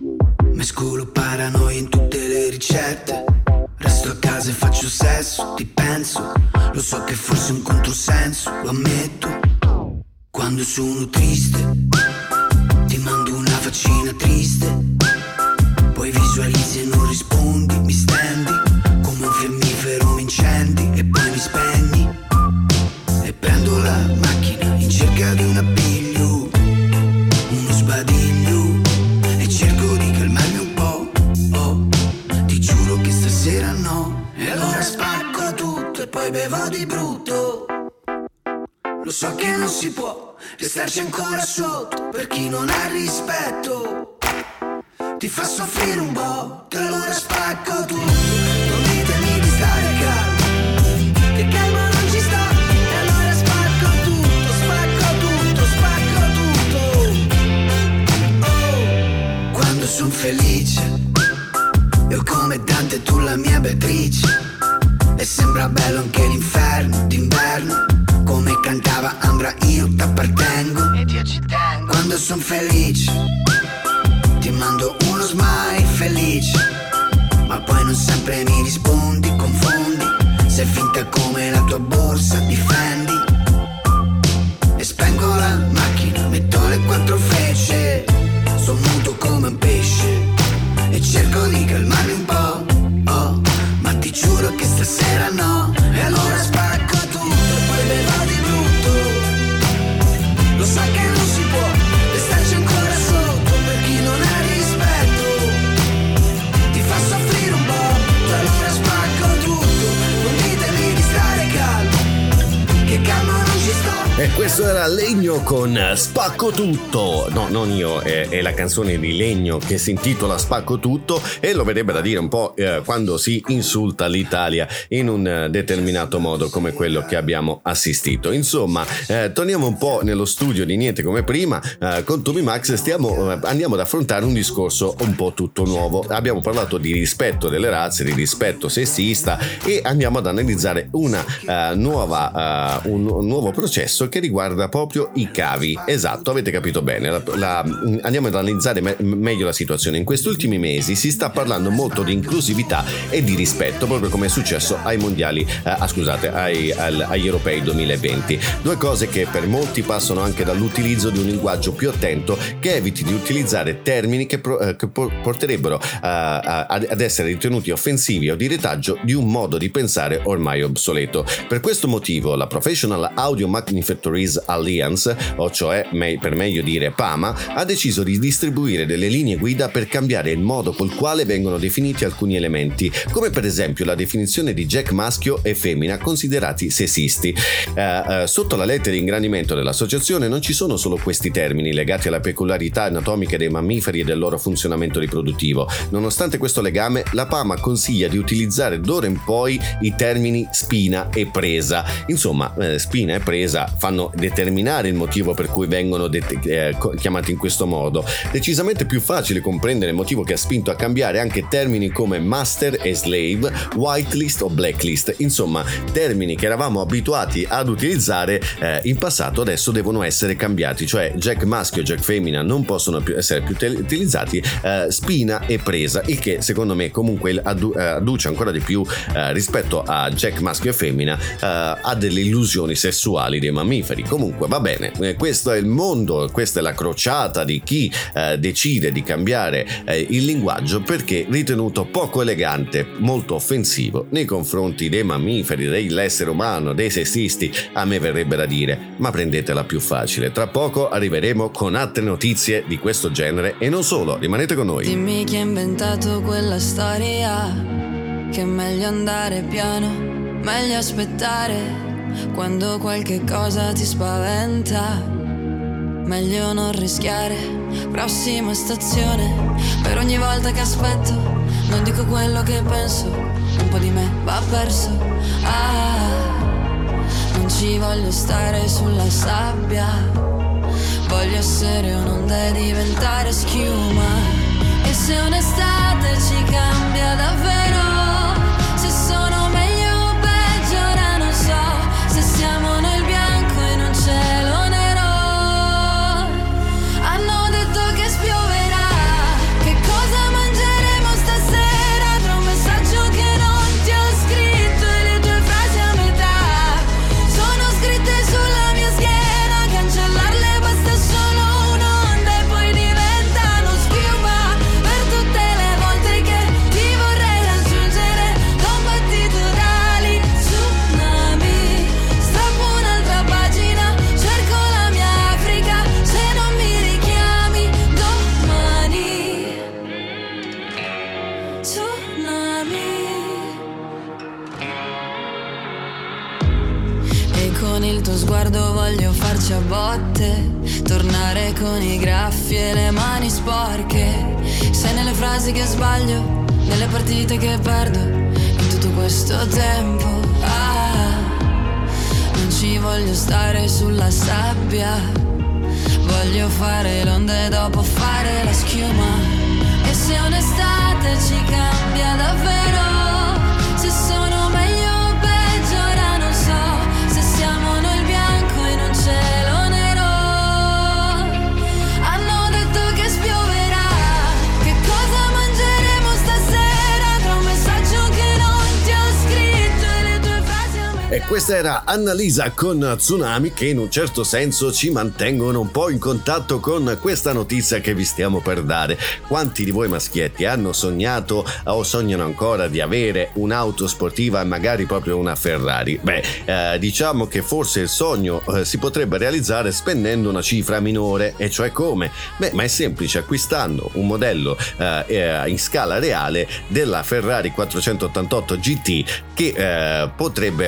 S12: mescolo paranoia in tutte le ricette, resto a casa e faccio sesso, ti penso, lo so che forse è un controsenso, lo ammetto. Quando sono triste ti mando una faccina triste, poi visualizzi e non rispondi, mi stendi come un fiammifero, mi incendi e poi mi spegni, e prendo la macchina in cerca di un appiglio, uno sbadiglio, e cerco di calmarmi un po', oh, ti giuro che stasera no, e allora spacco tutto e poi bevo di brutto. Lo so che non si può restarci ancora sotto, per chi non ha rispetto ti fa soffrire un po', e allora spacco tutto. Non ditemi di stare calmo, che calma non ci sta, e allora spacco tutto, spacco tutto, spacco tutto. Oh, quando son felice io come Dante, tu la mia Beatrice, e sembra bello anche l'inferno d'inverno, come cantava Ambra io t'appartengo, ed io ci tengo. Quando son felice ti mando uno smile felice, ma poi non sempre mi rispondi, confondi, sei finta come la tua borsa, difendi, e spengo la macchina, metto le quattro frecce, son muto come un pesce, e cerco di calmarmi un po', oh, ma ti giuro che stasera no, e allora spacco tutto e poi bevo di brutto. Lo so che non si può restarci ancora sotto, per chi non ha rispetto ti fa soffrire un po', e allora spacco tutto. Non ditemi di stare calmo, che calmo non ci sto.
S2: E Questo era Legno con Spacco Tutto. No, non io, è, è la canzone di Legno che si intitola Spacco Tutto e lo vedrebbe da dire un po' eh, quando si insulta l'Italia in un eh, determinato modo come quello che abbiamo assistito. Insomma, eh, torniamo un po' nello studio di Niente Come Prima. Eh, con Toby Max stiamo, eh, andiamo ad affrontare un discorso un po' tutto nuovo. Abbiamo parlato di rispetto delle razze, di rispetto sessista e andiamo ad analizzare una uh, nuova, uh, un, un nuovo processo che riguarda proprio i cavi. Esatto, avete capito bene. La, la, andiamo ad analizzare me, meglio la situazione. In questi ultimi mesi si sta parlando molto di inclusività e di rispetto, proprio come è successo ai mondiali, uh, ah, scusate, ai, al, agli europei duemilaventi. Due cose che per molti passano anche dall'utilizzo di un linguaggio più attento che eviti di utilizzare termini che, pro, uh, che porterebbero uh, a, ad essere ritenuti offensivi o di retaggio di un modo di pensare ormai obsoleto. Per questo motivo la Professional Audio Manufacturers Alliance, o cioè per meglio dire PAMA, ha deciso di distribuire delle linee guida per cambiare il modo col quale vengono definiti alcuni elementi, come per esempio la definizione di jack maschio e femmina considerati sessisti. Eh, eh, sotto la lettera di ingrandimento dell'associazione non ci sono solo questi termini legati alla peculiarità anatomica dei mammiferi e del loro funzionamento riproduttivo. Nonostante questo legame, la PAMA consiglia di utilizzare d'ora in poi i termini spina e presa. Insomma, eh, spina e presa fanno determinare il motivo per cui vengono det- eh, chiamati in questo modo. Decisamente più facile comprendere il motivo che ha spinto a cambiare anche termini come master e slave, whitelist o blacklist. Insomma, termini che eravamo abituati ad utilizzare eh, in passato adesso devono essere cambiati, cioè jack maschio e jack femmina non possono più essere più te- utilizzati, eh, spina e presa, il che secondo me comunque addu- adduce ancora di più eh, rispetto a jack maschio e femmina eh, a delle illusioni sessuali dei mammiferi. Comunque va bene, eh, questo è il mondo, questa è la crociata di chi eh, decide di cambiare eh, il linguaggio perché ritenuto poco elegante, molto offensivo nei confronti dei mammiferi, dell'essere umano, dei sessisti. A me verrebbe da dire, ma prendetela più facile, tra poco arriveremo con altre notizie di questo genere e non solo, rimanete con noi.
S13: Dimmi chi ha inventato quella storia, che è meglio andare piano, meglio aspettare quando qualche cosa ti spaventa, meglio non rischiare. Prossima stazione, per ogni volta che aspetto non dico quello che penso, un po' di me va perso. Ah, non ci voglio stare sulla sabbia, voglio essere un'onda e diventare schiuma. E se un'estate ci cambia davvero, se sono meglio o peggio ora non so, se siamo nel bianco in un cielo nero. Hanno detto che spioverà, che cosa mangeremo stasera, tra un messaggio che non ti ho scritto e le tue frasi a metà sono scritte sulla mia schiena, cancellarle basta solo un'onda e poi diventano schiuma. Per tutte le volte che ti vorrei raggiungere da un battito d'ali, tsunami, strappo un'altra pagina, cerco la mia Africa, se non mi richiami domani, tsunami. E con il tuo sguardo voglio farci a botte, tornare con i graffi e le mani sporche. Sei nelle frasi che sbaglio, nelle partite che perdo, in tutto questo tempo. Ah, non ci voglio stare sulla sabbia, voglio fare l'onda e dopo fare la schiuma. E se un'estate ci cambia davvero, se sono meglio o peggio ora non so, se siamo nel bianco in un cielo nero. Hanno detto che spioverà, che cosa mangeremo stasera, tra un messaggio che non ti ho scritto e le tue frasi a metà.
S2: E questa era Annalisa con Tsunami, che in un certo senso ci mantengono un po' in contatto con questa notizia che vi stiamo per dare. Quanti di voi maschietti hanno sognato o sognano ancora di avere un'auto sportiva e magari proprio una Ferrari? Beh, eh, diciamo che forse il sogno eh, si potrebbe realizzare spendendo una cifra minore, e cioè come? Beh, ma è semplice, acquistando un modello eh, in scala reale della Ferrari quattrocentottantotto G T che eh, potrebbe far risparmiare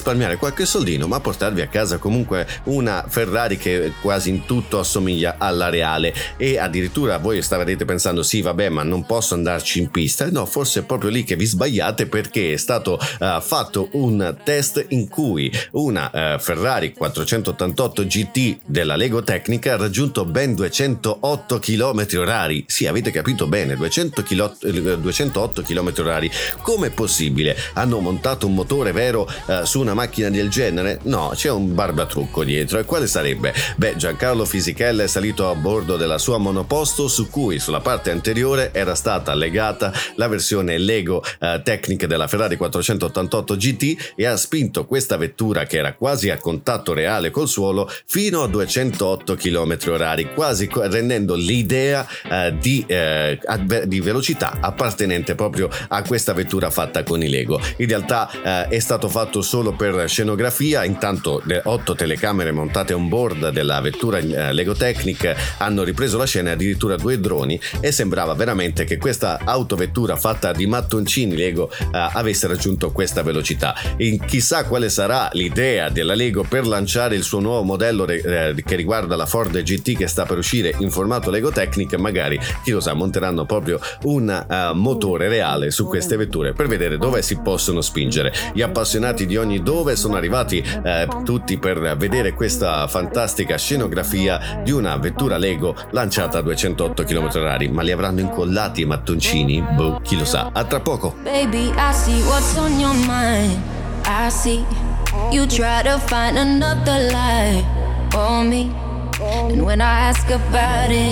S2: risparmiare qualche soldino, ma portarvi a casa comunque una Ferrari che quasi in tutto assomiglia alla reale. E addirittura voi starete pensando sì vabbè, ma non posso andarci in pista. No, forse è proprio lì che vi sbagliate, perché è stato uh, fatto un test in cui una uh, Ferrari quattrocentottantotto G T della Lego Tecnica ha raggiunto ben duecentootto chilometri orari. Sì, avete capito bene, duecento chilo, duecentootto chilometri orari. Com'è possibile? Hanno montato un motore vero uh, su una macchina del genere? No, c'è un barbatrucco dietro. E quale sarebbe? Beh, Giancarlo Fisichella è salito a bordo della sua monoposto, su cui sulla parte anteriore era stata legata la versione Lego uh, Technic della Ferrari quattrocentottantotto G T, e ha spinto questa vettura, che era quasi a contatto reale col suolo, fino a duecentootto chilometri orari, quasi rendendo l'idea uh, di, uh, di velocità appartenente proprio a questa vettura fatta con i Lego. In realtà uh, è stato fatto solo per scenografia. Intanto le otto telecamere montate on board della vettura uh, Lego Technic hanno ripreso la scena, addirittura due droni, e sembrava veramente che questa autovettura fatta di mattoncini Lego uh, avesse raggiunto questa velocità. E chissà quale sarà l'idea della Lego per lanciare il suo nuovo modello eh, che riguarda la Ford G T, che sta per uscire in formato Lego Technic. Magari, chi lo sa, monteranno proprio un uh, motore reale su queste vetture per vedere dove si possono spingere. Gli appassionati di ogni dove sono arrivati eh, tutti per vedere questa fantastica scenografia di una vettura Lego lanciata a duecentootto chilometri orari. Ma li avranno incollati i mattoncini? Boh, chi lo sa. A tra poco.
S8: Baby, I see what's on your mind. I see you try to find another lie on me. And when I ask about it,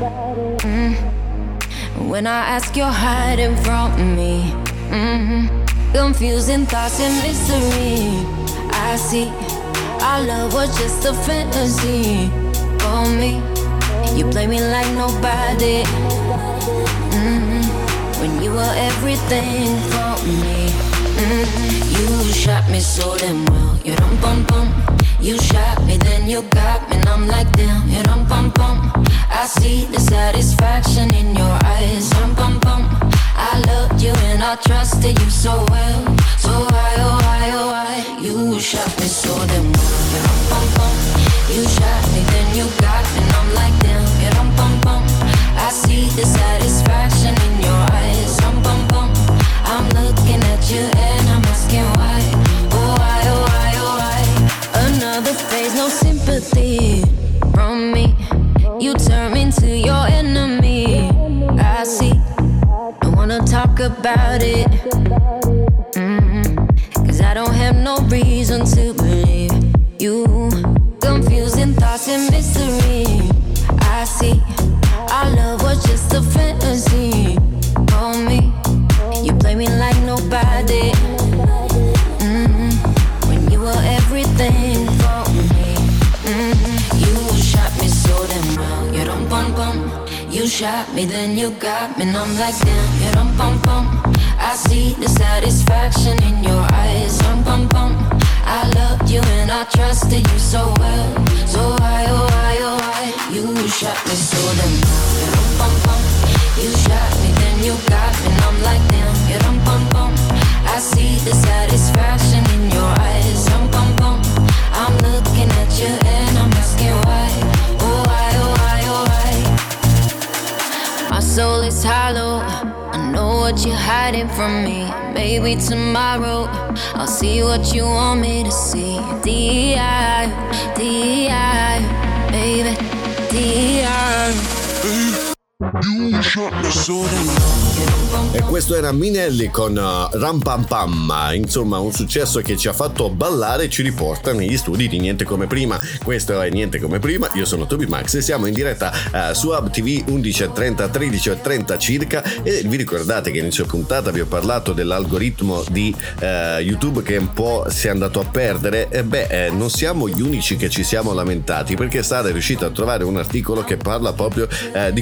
S8: mm, when I ask, you're hiding from me. Mm-hmm. Confusing thoughts and mystery. I see our love was just a fantasy for me. You play me like nobody. Mm-hmm. When you were everything for me. Mm-hmm. You shot me so damn well. You dum bum bum. You shot me, then you got me, and I'm like damn. You dum bum bum. I see the satisfaction in your eyes. Dum bum bum. I loved you and I trusted you so well. So why, oh why, oh why? You shot me so damn well. You dum bum bum. You shot me, then you got me, and I'm like damn. You dum bum bum. I see the satisfaction in your eyes. Dum bum bum. I'm looking at you and I'm asking why. Oh why, oh why, oh why? Another phase, no sympathy from me. You turn me into your enemy. I see. Don't wanna talk about it. Mm-hmm. Cause I don't have no reason to believe you. Confusing thoughts and mystery. I see. Our love was just a fantasy for me. You play me like nobody. Mm-hmm. When you were everything for me. Mm-hmm. You shot me so damn well. You dum bum bum. You shot me, then you got me, and I'm like damn. You dum bum bum. I see the satisfaction in your eyes. Dum bum bum. I loved you and I trusted you so well. So why, oh why, oh why? You shot me so damn well. You dum bum bum. You shot me, then you got me, and I'm like damn. You dum bum bum. I see the satisfaction in your eyes. Dum bum bum. I'm looking at you and I'm asking why. Oh why, oh why, oh why? My soul is hollow. I know what you're hiding from me. Maybe tomorrow I'll see what you want me to see. D I, D I, baby, D I.
S2: You shot me so damn. E questo era Minelli con uh, Ram Pam Pam, insomma un successo che ci ha fatto ballare e ci riporta negli studi di Niente Come Prima. Questo è Niente Come Prima, io sono Toby Max e siamo in diretta uh, su Hub T V undici e trenta, tredici e trenta circa, e vi ricordate che inizio puntata vi ho parlato dell'algoritmo di uh, YouTube che un po' si è andato a perdere. E beh, eh, non siamo gli unici che ci siamo lamentati, perché Sara è riuscita a trovare un articolo che parla proprio uh, di questo algoritmo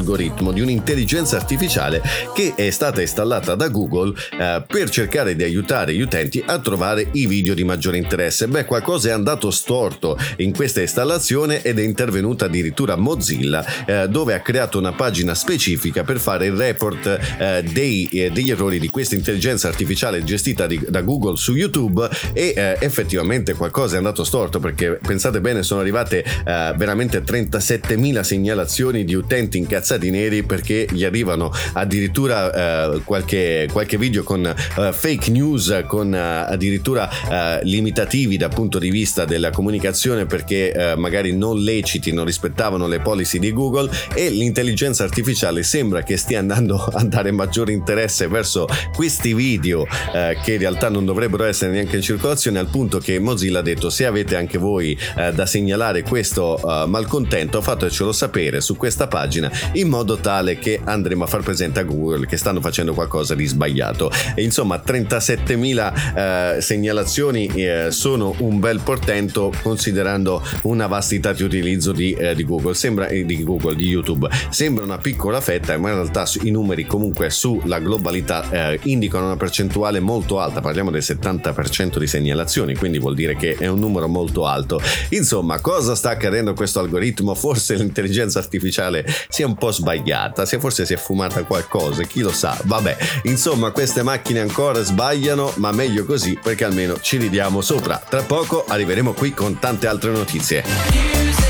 S2: algoritmo di un'intelligenza artificiale che è stata installata da Google eh, per cercare di aiutare gli utenti a trovare i video di maggiore interesse. Beh, qualcosa è andato storto in questa installazione ed è intervenuta addirittura Mozilla, eh, dove ha creato una pagina specifica per fare il report eh, dei, eh, degli errori di questa intelligenza artificiale gestita di, da Google su YouTube, e eh, effettivamente qualcosa è andato storto, perché pensate bene, sono arrivate eh, veramente trentasettemila segnalazioni di utenti incazzati neri perché gli arrivano addirittura eh, qualche, qualche video con eh, fake news, con eh, addirittura eh, limitativi dal punto di vista della comunicazione, perché eh, magari non leciti, non rispettavano le policy di Google, e l'intelligenza artificiale sembra che stia andando a dare maggiore interesse verso questi video eh, che in realtà non dovrebbero essere neanche in circolazione, al punto che Mozilla ha detto: se avete anche voi eh, da segnalare questo uh, malcontento, fatecelo sapere su questa pagina, in modo tale che andremo a far presente a Google che stanno facendo qualcosa di sbagliato. E insomma, trentasettemila eh, segnalazioni eh, sono un bel portento, considerando una vastità di utilizzo di, eh, di Google. Sembra eh, di Google, di YouTube. Sembra una piccola fetta, ma in realtà i numeri comunque sulla globalità eh, indicano una percentuale molto alta. Parliamo del settanta per cento di segnalazioni, quindi vuol dire che è un numero molto alto. Insomma, cosa sta accadendo a questo algoritmo? Forse l'intelligenza artificiale si è un po' sbagliata, se forse si è fumata qualcosa, chi lo sa. Vabbè, insomma, queste macchine ancora sbagliano, ma meglio così, perché almeno ci ridiamo sopra. Tra poco arriveremo qui con tante altre notizie.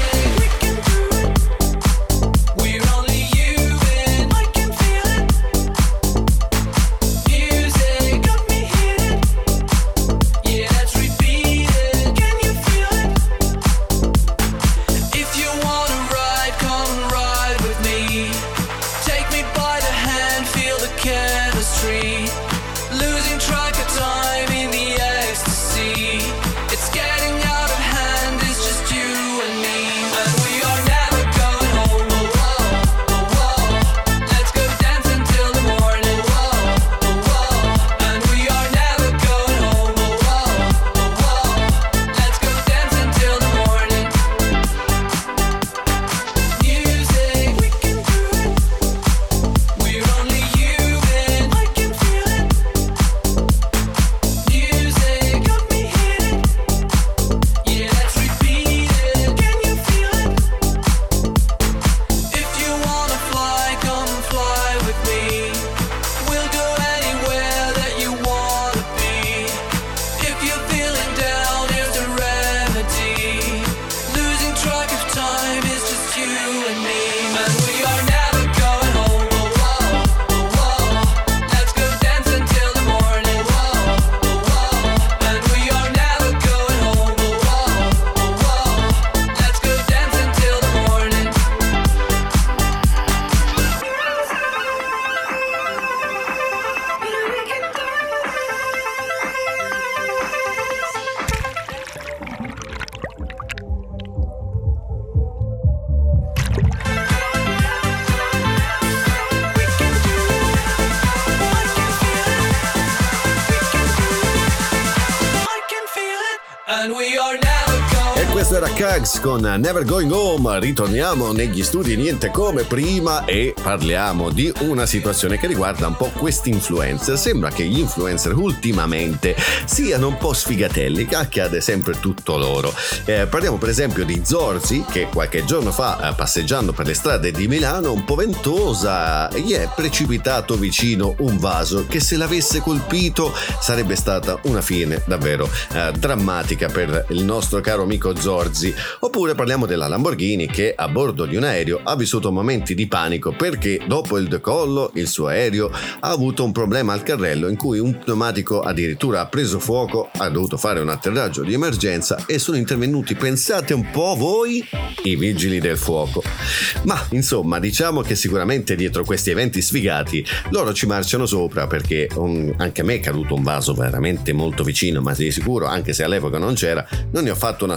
S2: Questo era Kugz con Never Going Home. Ritorniamo negli studi niente come prima e parliamo di una situazione che riguarda un po' questi influencer. Sembra che gli influencer ultimamente siano un po' sfigatelli, accade sempre tutto loro. Eh, parliamo per esempio di Zorzi, che qualche giorno fa, passeggiando per le strade di Milano un po' ventosa, gli è precipitato vicino un vaso che, se l'avesse colpito, sarebbe stata una fine davvero eh, drammatica per il nostro caro amico Zorzi. Oppure parliamo della Lamborghini, che a bordo di un aereo ha vissuto momenti di panico perché dopo il decollo il suo aereo ha avuto un problema al carrello in cui un pneumatico addirittura ha preso fuoco, ha dovuto fare un atterraggio di emergenza e sono intervenuti, pensate un po' voi, i vigili del fuoco. Ma insomma, diciamo che sicuramente dietro questi eventi sfigati loro ci marciano sopra, perché un, anche a me è caduto un vaso veramente molto vicino, ma di sicuro, anche se all'epoca non c'era, non ne ho fatto una storia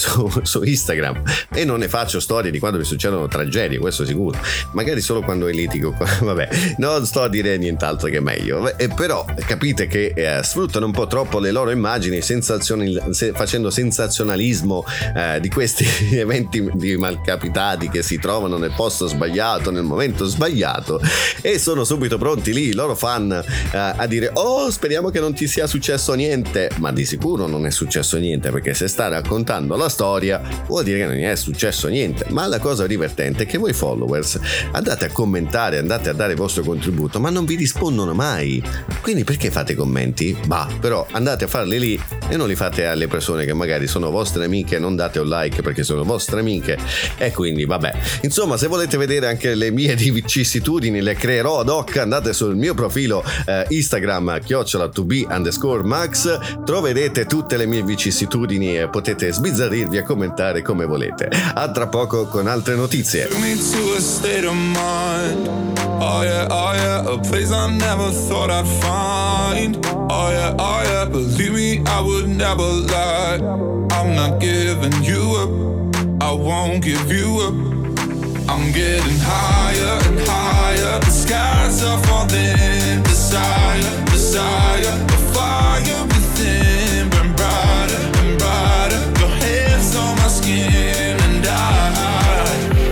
S2: su, su Instagram e non ne faccio storie di quando mi succedono tragedie, questo sicuro, magari solo quando litigo, vabbè, non sto a dire nient'altro che meglio, e però capite che eh, sfruttano un po' troppo le loro immagini sensazioni, se, facendo sensazionalismo eh, di questi eventi di malcapitati che si trovano nel posto sbagliato nel momento sbagliato, e sono subito pronti lì i loro fan eh, a dire oh, speriamo che non ti sia successo niente, ma di sicuro non è successo niente, perché se sta raccontando la storia vuol dire che non gli è successo niente. Ma la cosa divertente è che voi followers andate a commentare, andate a dare il vostro contributo, ma non vi rispondono mai, quindi perché fate commenti? Bah, però andate a farli lì e non li fate alle persone che magari sono vostre amiche, non date un like perché sono vostre amiche, e quindi vabbè. Insomma, se volete vedere anche le mie vicissitudini, le creerò ad hoc, andate sul mio profilo eh, Instagram chiocciola to be underscore max, troverete tutte le mie vicissitudini e potete sbizzarrirvi e commentare come volete. A tra poco con altre notizie.
S9: Took me to a state of mind. Oh yeah, oh yeah, a place I never thought I'd find. Oh yeah, oh yeah, believe me, I would never lie. I'm not giving you up, I won't give you up. I'm getting higher and higher, the skies are falling. Desire, desire, the fire within burn brighter and brighter. Your hands on my skin and I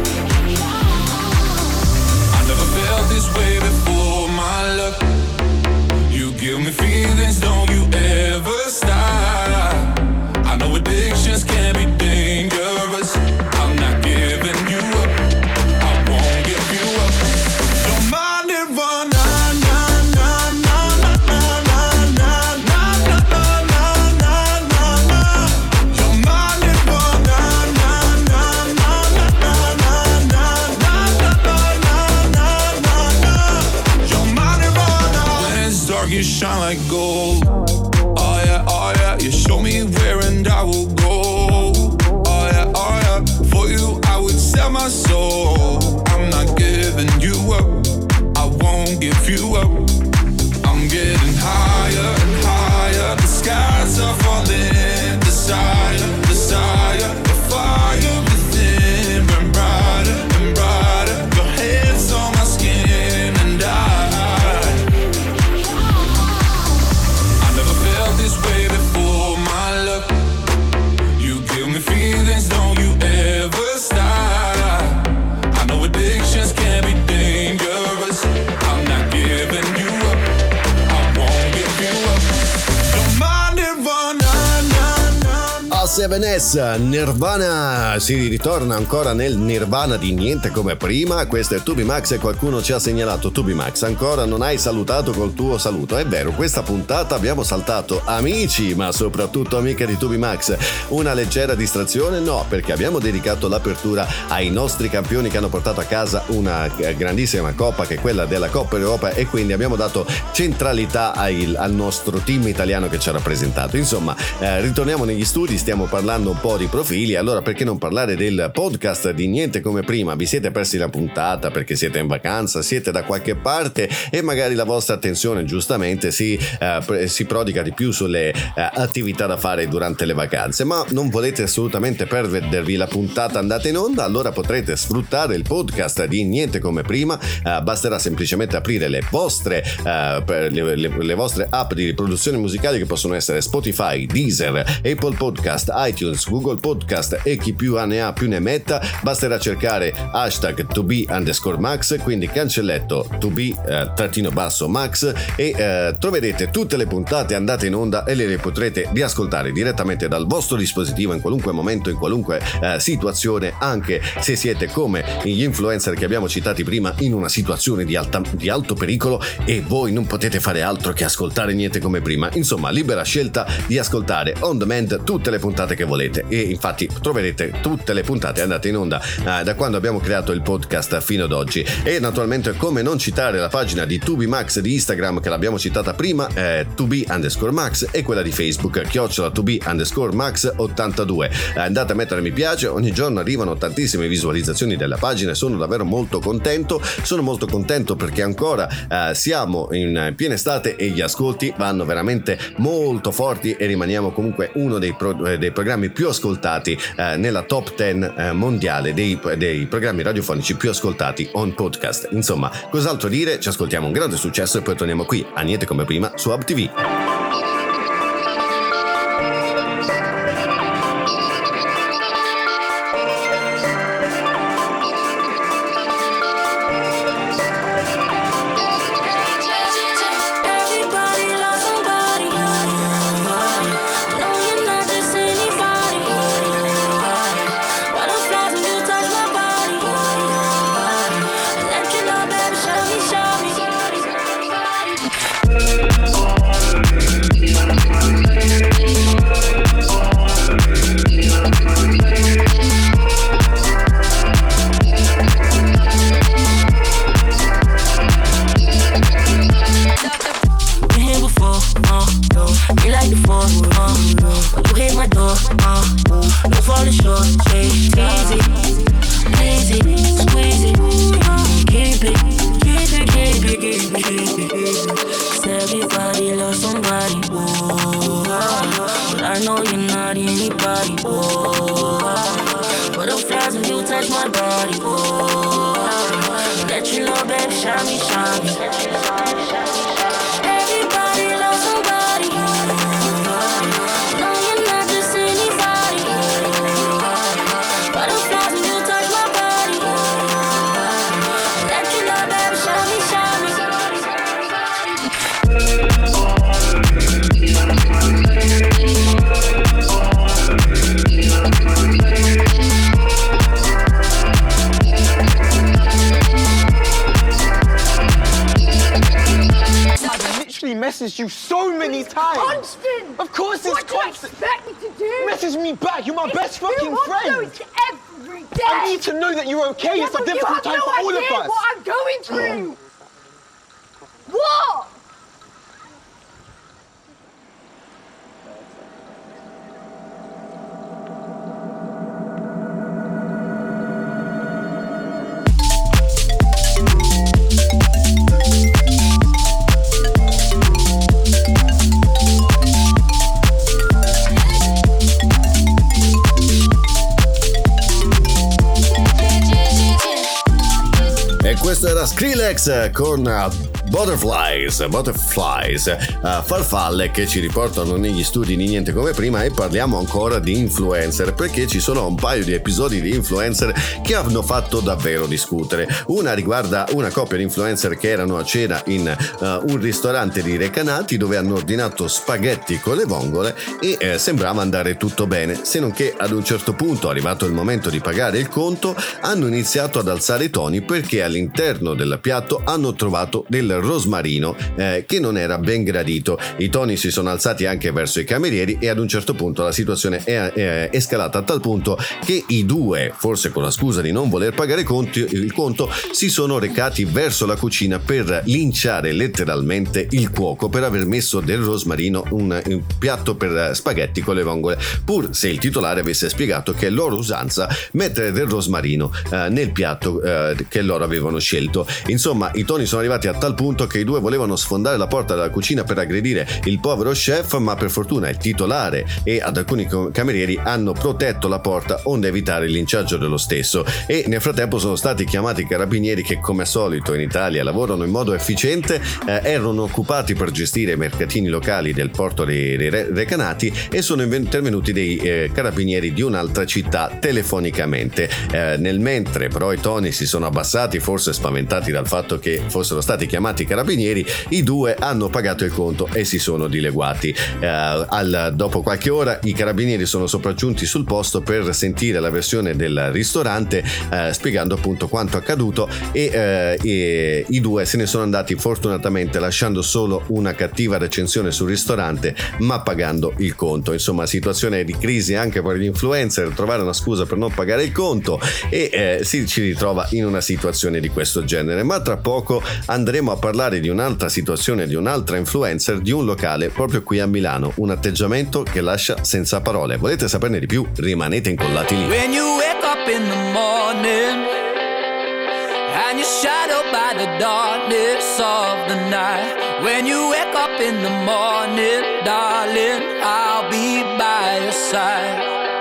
S9: I never felt this way before, my love. You give me feelings, don't you ever stop. I know addictions can be dangerous. I'm not giving you up, I won't give you up. Don't mind it, run, na na na na na na na na na na na na na. Don't mind it, run, na na na na na na na na na na na. Don't mind it, run. When it's dark, you shine like gold. Oh yeah, oh yeah, you show me where and I will go. Oh yeah, oh yeah, for you I would sell my soul. I'm not giving you up, I won't give you up. I'm getting higher and higher, the skies are falling. Desire, desire, the fire within burn brighter and brighter. Your hands on my skin and I I never felt this way before, my love. You give me feelings, don't you ever stop. I know addictions can be dangerous. I'm not giving you up, I won't give you up. Don't mind it, run, na na na.
S2: A sette S Nirvana, si ritorna ancora nel Nirvana di niente come prima. Questo è Tubi Max e qualcuno ci ha segnalato: Tubi Max, ancora non hai salutato col tuo saluto. È vero, questa puntata abbiamo saltato amici, ma soprattutto amiche di Tubi Max. Una leggera distrazione? No, perché abbiamo dedicato l'apertura ai nostri campioni che hanno portato a casa una grandissima coppa, che è quella della Coppa Europa, e quindi abbiamo dato centralità ai, al nostro team italiano che ci ha rappresentato. Insomma, eh, ritorniamo negli studi, stiamo parlando un po' di profili, allora perché non parlare del podcast di niente come prima? Vi siete persi la puntata perché siete in vacanza, siete da qualche parte e magari la vostra attenzione giustamente si, eh, si prodiga di più sulle eh, attività da fare durante le vacanze, ma non volete assolutamente perdervi la puntata andata in onda, allora potrete sfruttare il podcast di niente come prima. Eh, basterà semplicemente aprire le vostre eh, per le, le, le vostre app di riproduzione musicale, che possono essere Spotify, Deezer, Apple Podcast, iTunes, Google Podcast e chi più ne ha più ne metta. Basterà cercare hashtag to be underscore max, quindi cancelletto to be eh, trattino basso max, e eh, troverete tutte le puntate andate in onda e le, le potrete riascoltare direttamente dal vostro dispositivo in qualunque momento, in qualunque eh, situazione, anche se siete come gli influencer che abbiamo citati prima in una situazione di, alta, di alto pericolo e voi non potete fare altro che ascoltare niente come prima. Insomma, libera scelta di ascoltare on demand tutte le puntate che volete, e infatti troverete tutte le puntate andate in onda eh, da quando abbiamo creato il podcast fino ad oggi. E naturalmente, come non citare la pagina di Tubi Max di Instagram, che l'abbiamo citata prima, eh, to be underscore max, e quella di Facebook chiocciola to be underscore max ottantadue. Eh, andate a mettere mi piace, ogni giorno arrivano tantissime visualizzazioni della pagina e sono davvero molto contento. Sono molto contento perché ancora eh, siamo in piena estate e gli ascolti vanno veramente molto forti, e rimaniamo comunque uno dei, pro, eh, dei programmi più ascoltati eh, nella top dieci eh, mondiale dei, dei programmi radiofonici più ascoltati on podcast. Insomma, cos'altro dire? Ci ascoltiamo un grande successo e poi torniamo qui a Niente Come Prima su Hub T V.
S14: Messaged you so many times.
S15: Constant.
S14: Of course it's
S15: what
S14: constant.
S15: What do you expect me to do?
S14: Message me back. You're my
S15: It's
S14: best fucking
S15: you.
S14: friend.
S15: I'm going every day.
S14: I need to know that you're okay.
S15: Yeah,
S14: It's a
S15: but
S14: difficult
S15: you
S14: time
S15: have
S14: for
S15: no
S14: all
S15: idea
S14: of us.
S15: what I'm going through. What?
S2: E questo era Skrillex con Butterflies, Butterflies, uh, farfalle che ci riportano negli studi di Niente Come Prima. E parliamo ancora di influencer, perché ci sono un paio di episodi di influencer che hanno fatto davvero discutere. Una riguarda una coppia di influencer che erano a cena in uh, un ristorante di Recanati, dove hanno ordinato spaghetti con le vongole e eh, sembrava andare tutto bene, se non che ad un certo punto, arrivato il momento di pagare il conto, hanno iniziato ad alzare i toni, perché all'interno del piatto hanno trovato del rosmarino eh, che non era ben gradito. I toni si sono alzati anche verso i camerieri e ad un certo punto la situazione è, è escalata a tal punto che i due, forse con la scusa di non voler pagare il conto, il conto si sono recati verso la cucina per linciare letteralmente il cuoco per aver messo del rosmarino un, un piatto per spaghetti con le vongole, pur se il titolare avesse spiegato che è loro usanza mettere del rosmarino eh, nel piatto eh, che loro avevano scelto. Insomma, i toni sono arrivati a tal punto che i due volevano sfondare la porta della cucina per aggredire il povero chef, ma per fortuna il titolare e ad alcuni camerieri hanno protetto la porta onde evitare il linciaggio dello stesso. E nel frattempo sono stati chiamati i carabinieri, che come al solito in Italia lavorano in modo efficiente, eh, erano occupati per gestire i mercatini locali del porto dei, dei Recanati, e sono intervenuti dei eh, carabinieri di un'altra città telefonicamente. Eh, nel mentre però i toni si sono abbassati, forse spaventati dal fatto che fossero stati chiamati i carabinieri, i due hanno pagato il conto e si sono dileguati. Eh, al, dopo qualche ora i carabinieri sono sopraggiunti sul posto per sentire la versione del ristorante, eh, spiegando appunto quanto accaduto, e, eh, e i due se ne sono andati fortunatamente lasciando solo una cattiva recensione sul ristorante, ma pagando il conto. Insomma, situazione di crisi anche per gli influencer, trovare una scusa per non pagare il conto, e eh, si ci ritrova in una situazione di questo genere. Ma tra poco andremo a parlare di un'altra situazione, di un'altra influencer, di un locale proprio qui a Milano, un atteggiamento che lascia senza parole. Volete saperne di più? Rimanete incollati lì.
S9: When you wake up in the morning
S10: and you're shadowed by the darkness of the night. When you wake up in the morning, darling, I'll be by your side.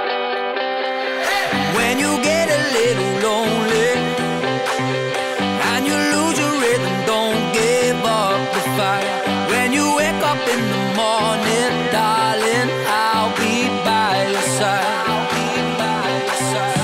S10: When you get a little lonely and you lose your rhythm, don't give up the fight. When you wake up in the morning, darling, I'll be by your side. I'll be by your side.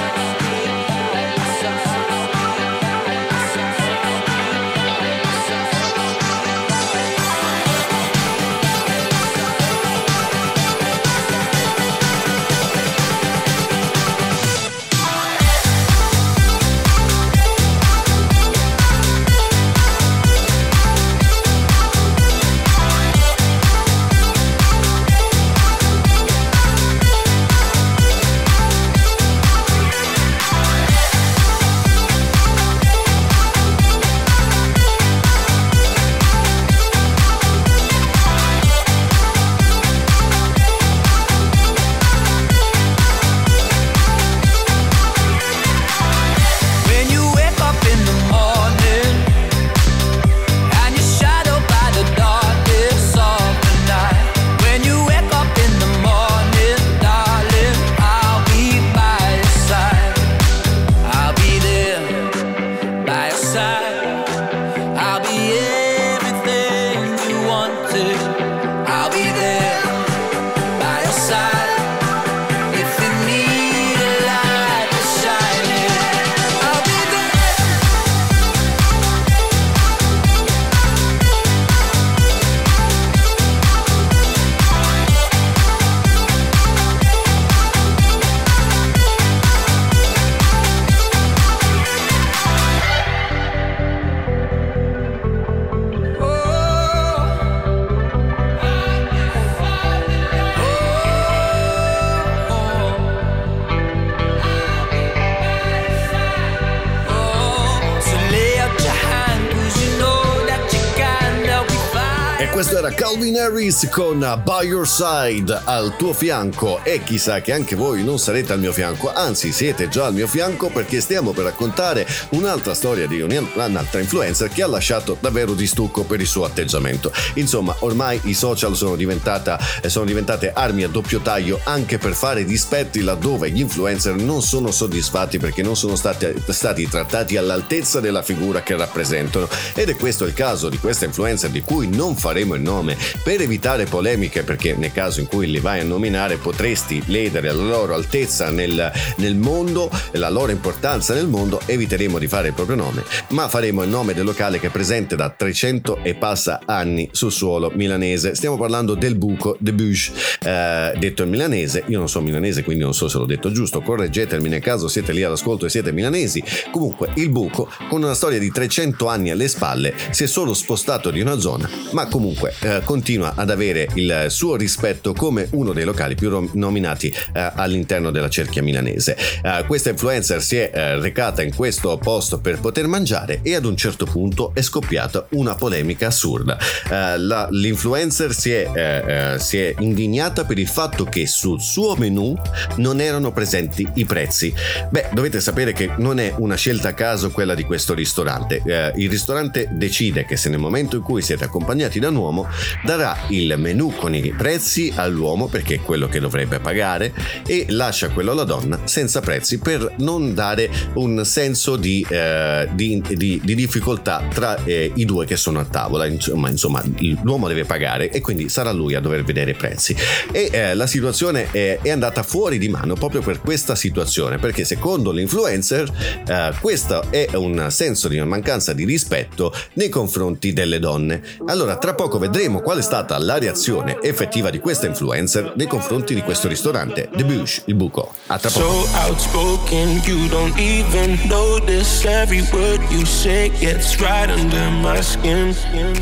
S2: Questo era Calvin Harris con By Your Side, al tuo fianco, e chissà che anche voi non sarete al mio fianco, anzi siete già al mio fianco, perché stiamo per raccontare un'altra storia di un'altra influencer che ha lasciato davvero di stucco per il suo atteggiamento. Insomma, ormai i social sono, diventata, sono diventate armi a doppio taglio anche per fare dispetti laddove gli influencer non sono soddisfatti perché non sono stati, stati trattati all'altezza della figura che rappresentano, ed è questo il caso di questa influencer di cui non faremo il nome per evitare polemiche, perché nel caso in cui li vai a nominare potresti ledere la loro altezza nel, nel mondo, la loro importanza nel mondo. Eviteremo di fare il proprio nome, ma faremo il nome del locale che è presente da trecento e passa anni sul suolo milanese. Stiamo parlando del Buco, The Bush, eh, detto in milanese. Io non sono milanese, quindi non so se l'ho detto giusto, correggetemi nel caso siete lì all'ascolto e siete milanesi. Comunque il Buco, con una storia di trecento anni alle spalle, si è solo spostato di una zona, ma comunque eh, continua ad avere il suo rispetto come uno dei locali più rom- nominati eh, all'interno della cerchia milanese. Eh, questa influencer si è eh, recata in questo posto per poter mangiare e ad un certo punto è scoppiata una polemica assurda. Eh, la, l'influencer si è, eh, eh, si è indignata per il fatto che sul suo menù non erano presenti i prezzi. Beh, dovete sapere che non è una scelta a caso quella di questo ristorante. Eh, il ristorante decide che se nel momento in cui siete accompagnati da un uomo darà il menù con i prezzi all'uomo, perché è quello che dovrebbe pagare, e lascia quello alla donna senza prezzi per non dare un senso di, eh, di, di, di difficoltà tra eh, i due che sono a tavola. Insomma, insomma, l'uomo deve pagare e quindi sarà lui a dover vedere i prezzi, e eh, la situazione è, è andata fuori di mano proprio per questa situazione, perché secondo l'influencer eh, questo è un senso di una mancanza di rispetto nei confronti delle donne. Allora, tra poco vedremo qual è stata la reazione effettiva di questa influencer nei confronti di questo ristorante, The Bush, il Buco. A tra poco.
S16: So outspoken, you don't even notice. Every word you say gets right under my skin.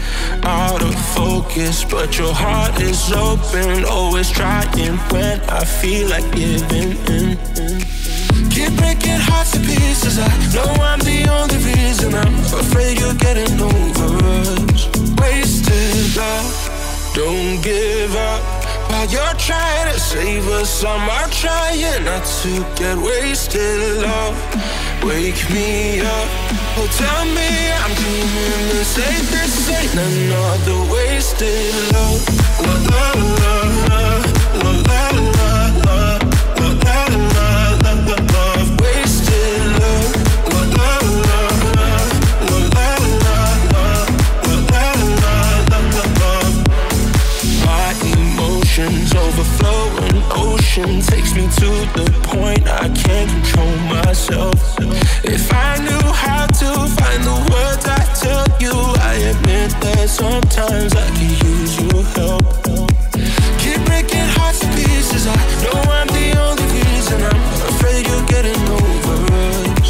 S16: Out of focus, but your heart is open. Always trying when I feel like giving in. Keep breaking hearts to pieces. I know I'm the only reason. I'm afraid you're getting over us. Wasted love, don't give up. while you're trying to save us. I'm out trying not to get wasted. Love, wake me up. Oh, tell me I'm dreaming this ain't this ain't another wasted love. La la la la la la la la la la la la love, wasted love. La la la la la la la la la la la love. My emotions overflowing, ocean takes me to the point I can't control myself. If I knew how to find the words I tell you, I admit that sometimes I could use your help. Keep breaking hearts to pieces, I know I'm the only reason. I'm afraid you're getting over us.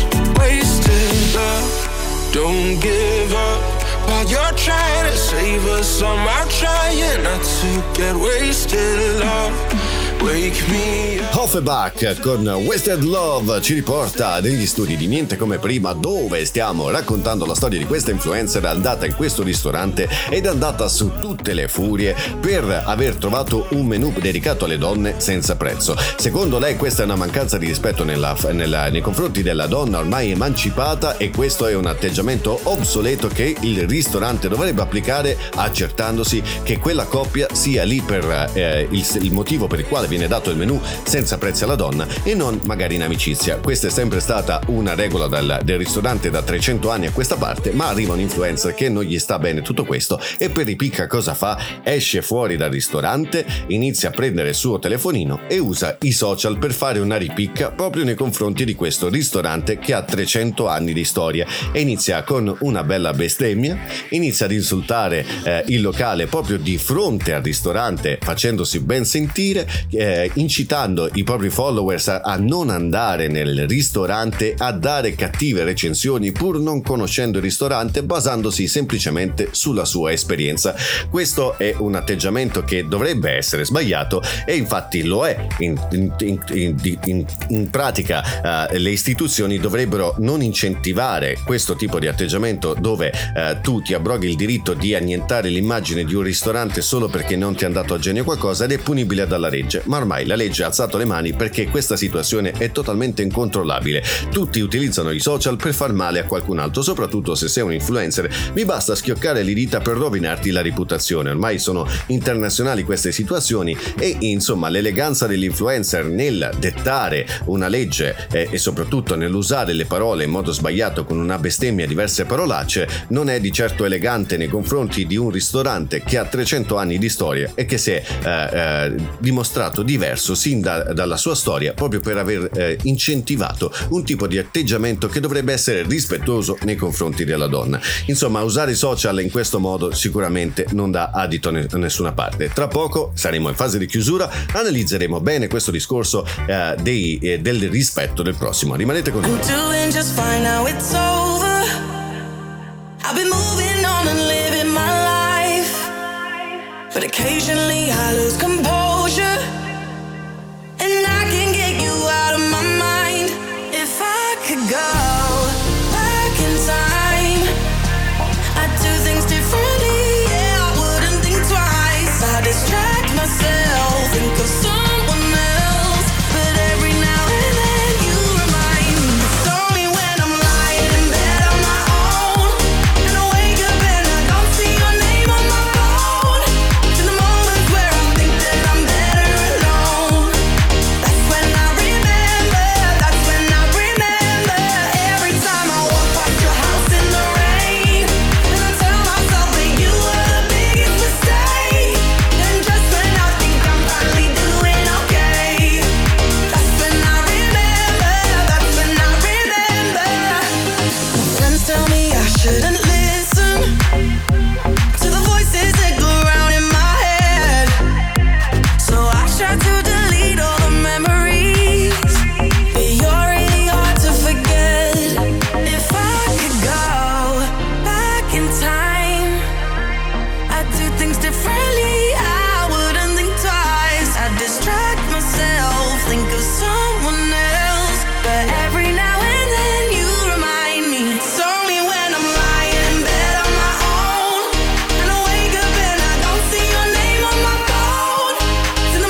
S16: Wasted love, don't give up while you're trying to save us. I'm out trying not to get wasted. Love, wake me up.
S2: Offenbach con Wasted Love ci riporta negli studi di Niente Come Prima, dove stiamo raccontando la storia di questa influencer andata in questo ristorante ed andata su tutte le furie per aver trovato un menù dedicato alle donne senza prezzo. Secondo lei questa è una mancanza di rispetto nella, nella, nei confronti della donna ormai emancipata, e questo è un atteggiamento obsoleto che il ristorante dovrebbe applicare, accertandosi che quella coppia sia lì per eh, il, il motivo per il quale viene dato il menù senza prezzi alla donna e non magari in amicizia. Questa è sempre stata una regola del, del ristorante da trecento anni a questa parte, ma arriva un influencer che non gli sta bene tutto questo e per ripicca cosa fa? Esce fuori dal ristorante, inizia a prendere il suo telefonino e usa i social per fare una ripicca proprio nei confronti di questo ristorante che ha trecento anni di storia, e inizia con una bella bestemmia, inizia ad insultare eh, il locale proprio di fronte al ristorante, facendosi ben sentire, eh, incitando i propri followers a, a non andare nel ristorante, a dare cattive recensioni pur non conoscendo il ristorante, basandosi semplicemente sulla sua esperienza. Questo è un atteggiamento che dovrebbe essere sbagliato e infatti lo è. In, in, in, in, in pratica uh, le istituzioni dovrebbero non incentivare questo tipo di atteggiamento dove uh, tu ti abroghi il diritto di annientare l'immagine di un ristorante solo perché non ti è andato a genio qualcosa ed è punibile dalla legge. Ma ormai la legge ha alzato le mani perché questa situazione è totalmente incontrollabile. Tutti utilizzano i social per far male a qualcun altro, soprattutto se sei un influencer. Mi basta schioccare le dita per rovinarti la reputazione. Ormai sono internazionali queste situazioni e insomma l'eleganza dell'influencer nel dettare una legge eh, e soprattutto nell'usare le parole in modo sbagliato con una bestemmia e diverse parolacce non è di certo elegante nei confronti di un ristorante che ha trecento anni di storia e che si è eh, eh, dimostrato diverso sin da, dalla sua storia proprio per aver eh, incentivato un tipo di atteggiamento che dovrebbe essere rispettoso nei confronti della donna. Insomma, usare i social in questo modo sicuramente non dà adito a nessuna parte. Tra poco saremo in fase di chiusura, analizzeremo bene questo discorso eh, dei, eh, del rispetto del prossimo. Rimanete con noi.
S17: I'm doing just fine now it's over. I've been moving on and living my life, but occasionally I lose composure, and I can get you out of my mind. If I could go back in time, I'd do things differently. Yeah, I wouldn't think twice. I distract myself, think of someone else, but every now and then you remind me. It's only when I'm lying in bed on my own, and I wake up and I don't see your name on my phone. To the moments where I think that I'm better alone. That's when I remember, that's when I remember. Every time I walk past your house in the rain, and I tell myself that you were the biggest mistake. And just when I think I'm finally doing okay, that's when I remember, that's when I remember. My friends tell me I shouldn't listen to the voices that go round in my head, so I try to delete all the memories, but you're really hard to forget. If I could go back in time, I'd do things differently. I wouldn't think twice. I'd distract myself, think of someone else, but every now and then you remind me. It's only when I'm lying in bed on my own, and I wake up and I don't see your name on my phone. To the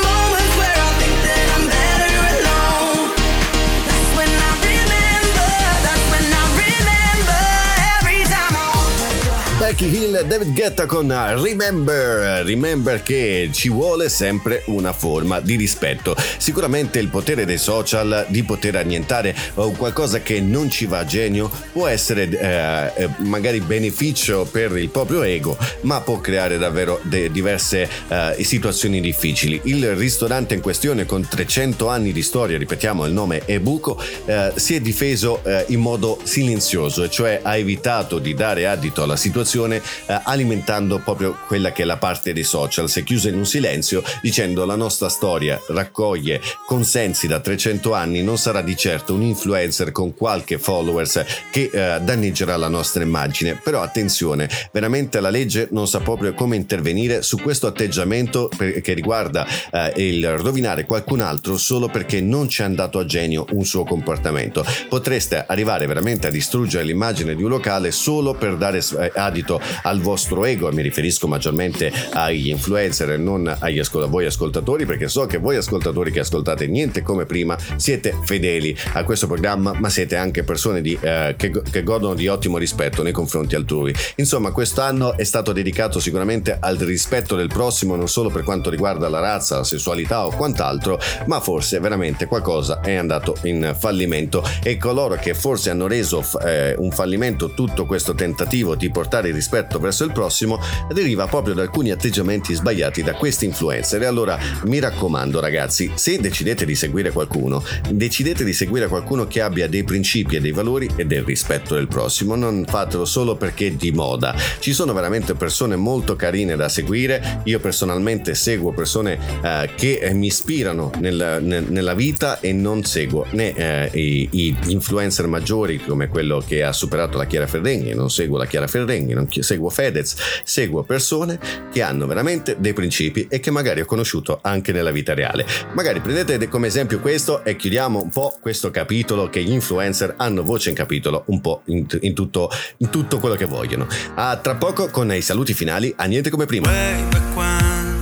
S2: Becky Hill, David Guetta con Remember. Remember che ci vuole sempre una forma di rispetto. Sicuramente il potere dei social di poter annientare qualcosa che non ci va a genio può essere eh, magari beneficio per il proprio ego, ma può creare davvero de- diverse eh, situazioni difficili. Il ristorante in questione, con trecento anni di storia, ripetiamo il nome è Buco, eh, si è difeso eh, in modo silenzioso, e cioè ha evitato di dare addito alla situazione eh, alimentando proprio quella che è la parte dei social. Si è chiuso in un silenzio dicendo: la nostra storia raccoglie consensi da trecento anni, non sarà di certo un influencer con qualche followers che eh, danneggerà la nostra immagine. Però attenzione, veramente la legge non sa proprio come intervenire su questo atteggiamento per, che riguarda eh, il rovinare qualcun altro solo perché non ci è andato a genio un suo comportamento. Potreste arrivare veramente a distruggere l'immagine di un locale solo per dare adito al vostro ego, e mi riferisco maggiormente agli influencer e non agli ascol- a voi ascoltatori, perché so che voi ascoltatori che ascoltate niente come prima siete fedeli a questo programma, ma siete anche persone di, eh, che, che godono di ottimo rispetto nei confronti altrui. Insomma, quest'anno è stato dedicato sicuramente al rispetto del prossimo, non solo per quanto riguarda la razza, la sessualità o quant'altro, ma forse veramente qualcosa è andato in fallimento, e coloro che forse hanno reso eh, un fallimento tutto questo tentativo di portare il rispetto verso il prossimo deriva proprio da alcuni atteggiamenti sbagliati da questi influencer. E allora mi raccomando ragazzi, se decidete di seguire qualcuno, decidete di seguire qualcuno che abbia dei principi e dei valori e del rispetto del prossimo, non fatelo solo perché è di moda. Ci sono veramente persone molto carine da seguire, io personalmente seguo persone eh, che mi ispirano nel, nel, nella vita, e non seguo né eh, i, i influencer maggiori come quello che ha superato la Chiara Ferragni, non seguo la Chiara Ferragni, non seguo Fedez, seguo persone che hanno veramente dei principi e che magari ho conosciuto anche nella vita reale. Magari prendete come esempio questo e chiudiamo un po' questo capitolo, che gli influencer hanno voce in capitolo un po' in, in, tutto, in tutto quello che vogliono. A tra poco con i saluti finali a Niente Come Prima.
S18: Way back when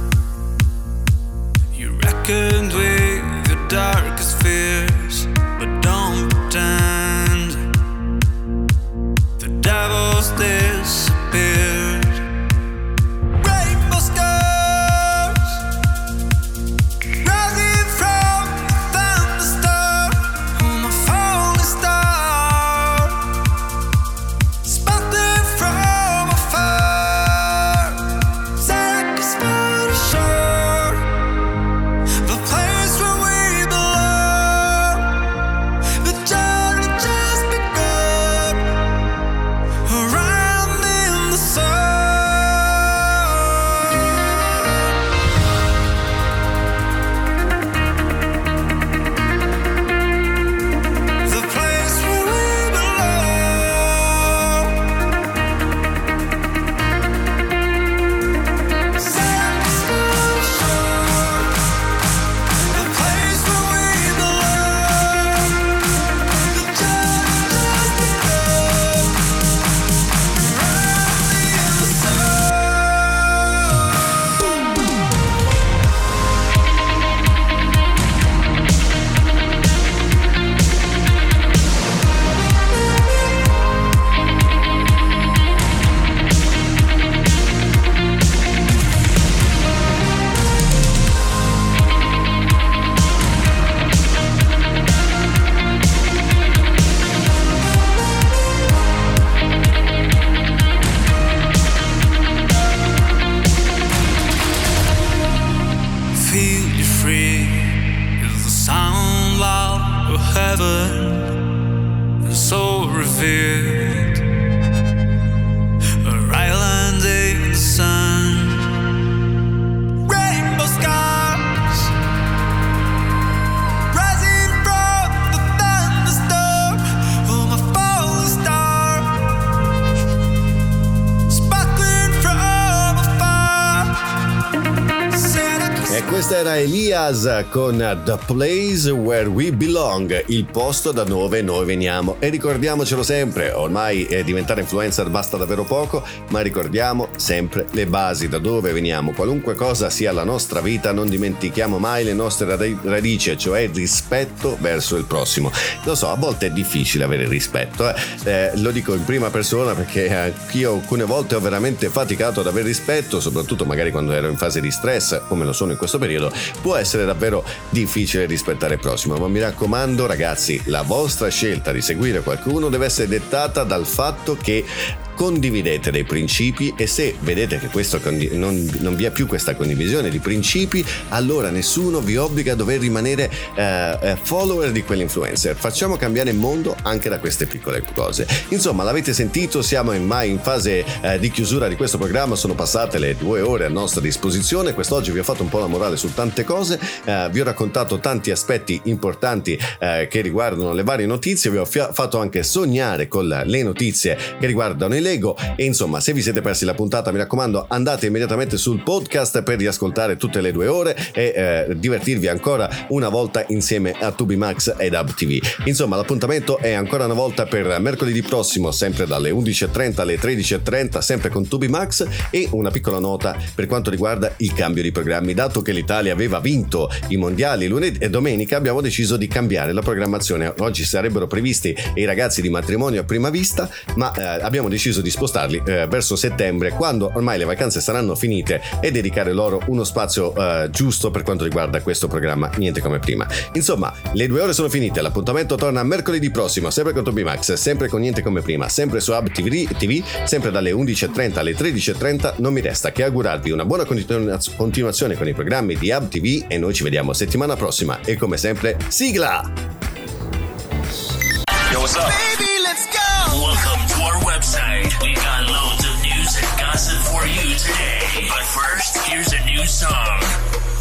S18: you reckoned with your darkest fears, but don't pretend the devil's disappeared. Rainbow scars rising from the thunderstorm. I'm a falling star, spotted from afar. Said I could spot a shore, the place where we belong.
S2: Questa era Elias con The Place Where We Belong, il posto da dove noi veniamo. E ricordiamocelo sempre, ormai eh, diventare influencer basta davvero poco, ma ricordiamo sempre le basi, da dove veniamo. Qualunque cosa sia la nostra vita, non dimentichiamo mai le nostre radi- radici, cioè il rispetto verso il prossimo. Lo so, a volte è difficile avere rispetto, eh. Eh, lo dico in prima persona perché anch'io alcune volte ho veramente faticato ad avere rispetto, soprattutto magari quando ero in fase di stress, come lo sono in questo periodo. Può essere davvero difficile rispettare il prossimo, ma mi raccomando ragazzi, la vostra scelta di seguire qualcuno deve essere dettata dal fatto che condividete dei principi, e se vedete che questo condi- non, non vi è più questa condivisione di principi, allora nessuno vi obbliga a dover rimanere eh, follower di quell'influencer. Facciamo cambiare il mondo anche da queste piccole cose. Insomma, l'avete sentito, siamo ormai in fase eh, di chiusura di questo programma, sono passate le due ore a nostra disposizione. Quest'oggi vi ho fatto un po' la morale su tante cose, eh, vi ho raccontato tanti aspetti importanti eh, che riguardano le varie notizie, vi ho fia- fatto anche sognare con le notizie che riguardano il Lego, e insomma, se vi siete persi la puntata, mi raccomando, andate immediatamente sul podcast per riascoltare tutte le due ore e eh, divertirvi ancora una volta insieme a Tubi Max ed Hub T V. Insomma, l'appuntamento è ancora una volta per mercoledì prossimo, sempre dalle undici e trenta alle tredici e trenta, sempre con Tubi Max. E una piccola nota per quanto riguarda il cambio di programmi: dato che l'Italia aveva vinto i mondiali lunedì e domenica, abbiamo deciso di cambiare la programmazione. Oggi sarebbero previsti i ragazzi di Matrimonio a prima vista, ma eh, abbiamo deciso di spostarli eh, verso settembre, quando ormai le vacanze saranno finite, e dedicare loro uno spazio eh, giusto per quanto riguarda questo programma Niente Come Prima. Insomma, le due ore sono finite, l'appuntamento torna mercoledì prossimo, sempre con Tubi Max, sempre con Niente Come Prima, sempre su Hub T V, sempre dalle undici e trenta alle tredici e trenta. Non mi resta che augurarvi una buona continuazione con i programmi di Hub T V, e noi ci vediamo settimana prossima, e come sempre, sigla!
S1: Yo, what's up?
S18: Baby, let's go!
S1: Welcome to our website. We've got loads of news and gossip for you today. But first, here's a new song.